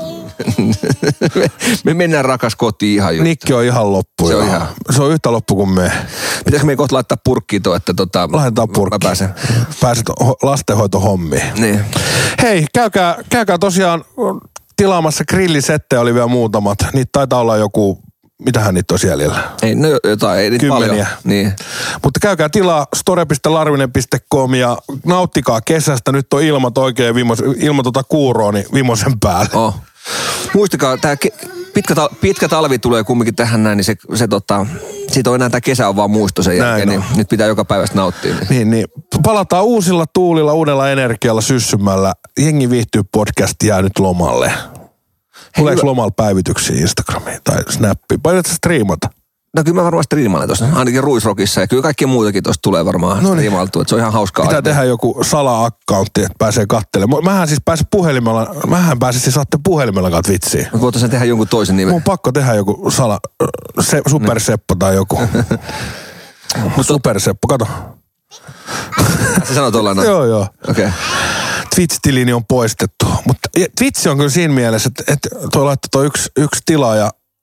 Me mennään rakas kotiin ihan juttu. Nikki on ihan loppu. Se on yhtä loppu kuin me. Pitäisikö me kohta laittaa purkkiin että laitetaan purkkiin. Pääset lastenhoitohommiin. Niin. Hei, käykää tosiaan tilaamassa grillisettejä, oli vielä muutamat. Niitä taitaa olla joku, mitähän niitä on siellä? Ei, no jotain, ei niitä paljon. Niin. Mutta käykää tilaa store.larvinen.com ja nauttikaa kesästä. Nyt on ilmat oikein kuuroa, niin vimosen päälle. Muistakaa, tämä pitkä talvi tulee kumminkin tähän näin, niin se siitä on enää tämä kesä on vaan muisto sen jälkeen, niin nyt pitää joka päivästä nauttia. Niin. Palataan uusilla tuulilla, uudella energialla syssymällä. Jengi viihtyy podcast jää nyt lomalle. Tuleeko lomalla päivityksiä Instagramiin tai Snappiin? Painat sä striimata? No kyllä mä varmaan striimailen tuossa, ainakin Ruisrockissa ja kyllä kaikki muutakin tuosta tulee varmaan striimailtua, että se on ihan hauskaa. Pitää tehdä joku sala-accountti, että pääsee katselemaan. Mähän siis pääsisin saatte puhelimella kautta vitsiin. Voitaisiin tehdä jonkun toisen nimen. Mun on pakko tehdä joku Superseppo tai joku. Superseppo, kato. Se sanoo tuollainen. Joo. Okei. Twitch-tilini on poistettu, mutta Twitch on kyllä siinä mielessä, että toi laittoi toi yksi tilaaja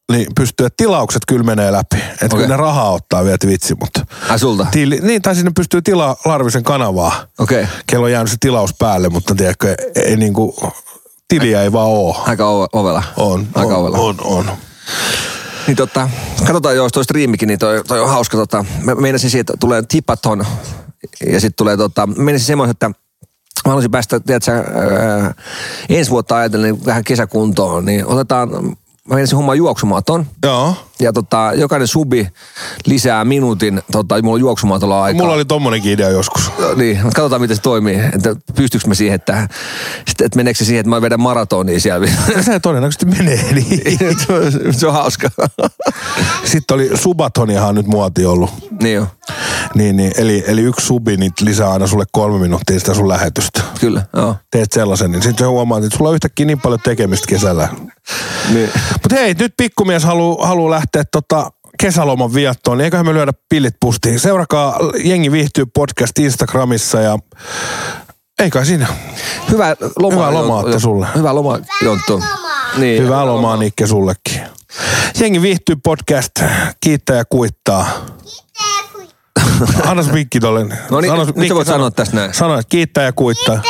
niin pystyy, että tilaukset kyllä menee läpi. Että kyllä ne rahaa ottaa vielä vitsi, mutta... sulta? Niin, tai sinne pystyy tilaa Larvisen kanavaa. Okei. Kello on jäänyt se tilaus päälle, mutta tiedätkö, ei niinku... Tiliä ei vaan oo. Aika ovela. On. Niin katsotaan jos toi striimikin, niin toi on hauska mä meinasin siitä, että tulee tipaton ja sitten tulee meinasin semmoinen, että mä haluaisin päästä, tiedätkö, ensi vuotta ajatellen niin vähän kesäkuntoon, niin mä meinasin hommaa juoksumaton. Joo. Ja jokainen subi lisää minuutin, mulla on juoksumatolla aikaa. Mulla oli tommonenkin idea joskus. Niin, katsotaan miten se toimii, että pystyykö me siihen, että meneekö se siihen, että mä vedän maratonia siellä. Se todennäköisesti menee, niin. Se on hauska. Sitten oli subatoniahan nyt muoti ollut. Niin jo. Niin, eli yksi subi niin lisää aina sulle 3 minuuttia sitä sun lähetystä. Kyllä, joo. Teet sellaisen, niin sitten huomaat, että sulla on yhtäkkiä niin paljon tekemistä kesällä. Niin. Mutta hei, nyt pikkumies haluaa lähteä kesäloman viettoon, niin eiköhän me lyödä pillit pustiin. Seurakaa Jengi viihtyy podcast Instagramissa ja ei kai siinä. Hyvää lomaa sulle. Hyvää lomaa, Jonttu. Niin, hyvää lomaa Nikke sullekin. Jengi viihtyy podcast, kiittää ja kuittaa. Annas mikki tolle. No niin, nyt sä voit sanoa tästä näin. Sano, että kiittää ja kuittaa.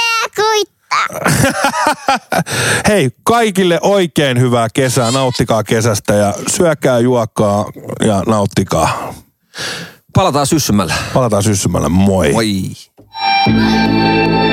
Hei, kaikille oikein hyvää kesää. Nauttikaa kesästä ja syökää, juokaa ja nauttikaa. Palataan syssymällä. Moi. Moi.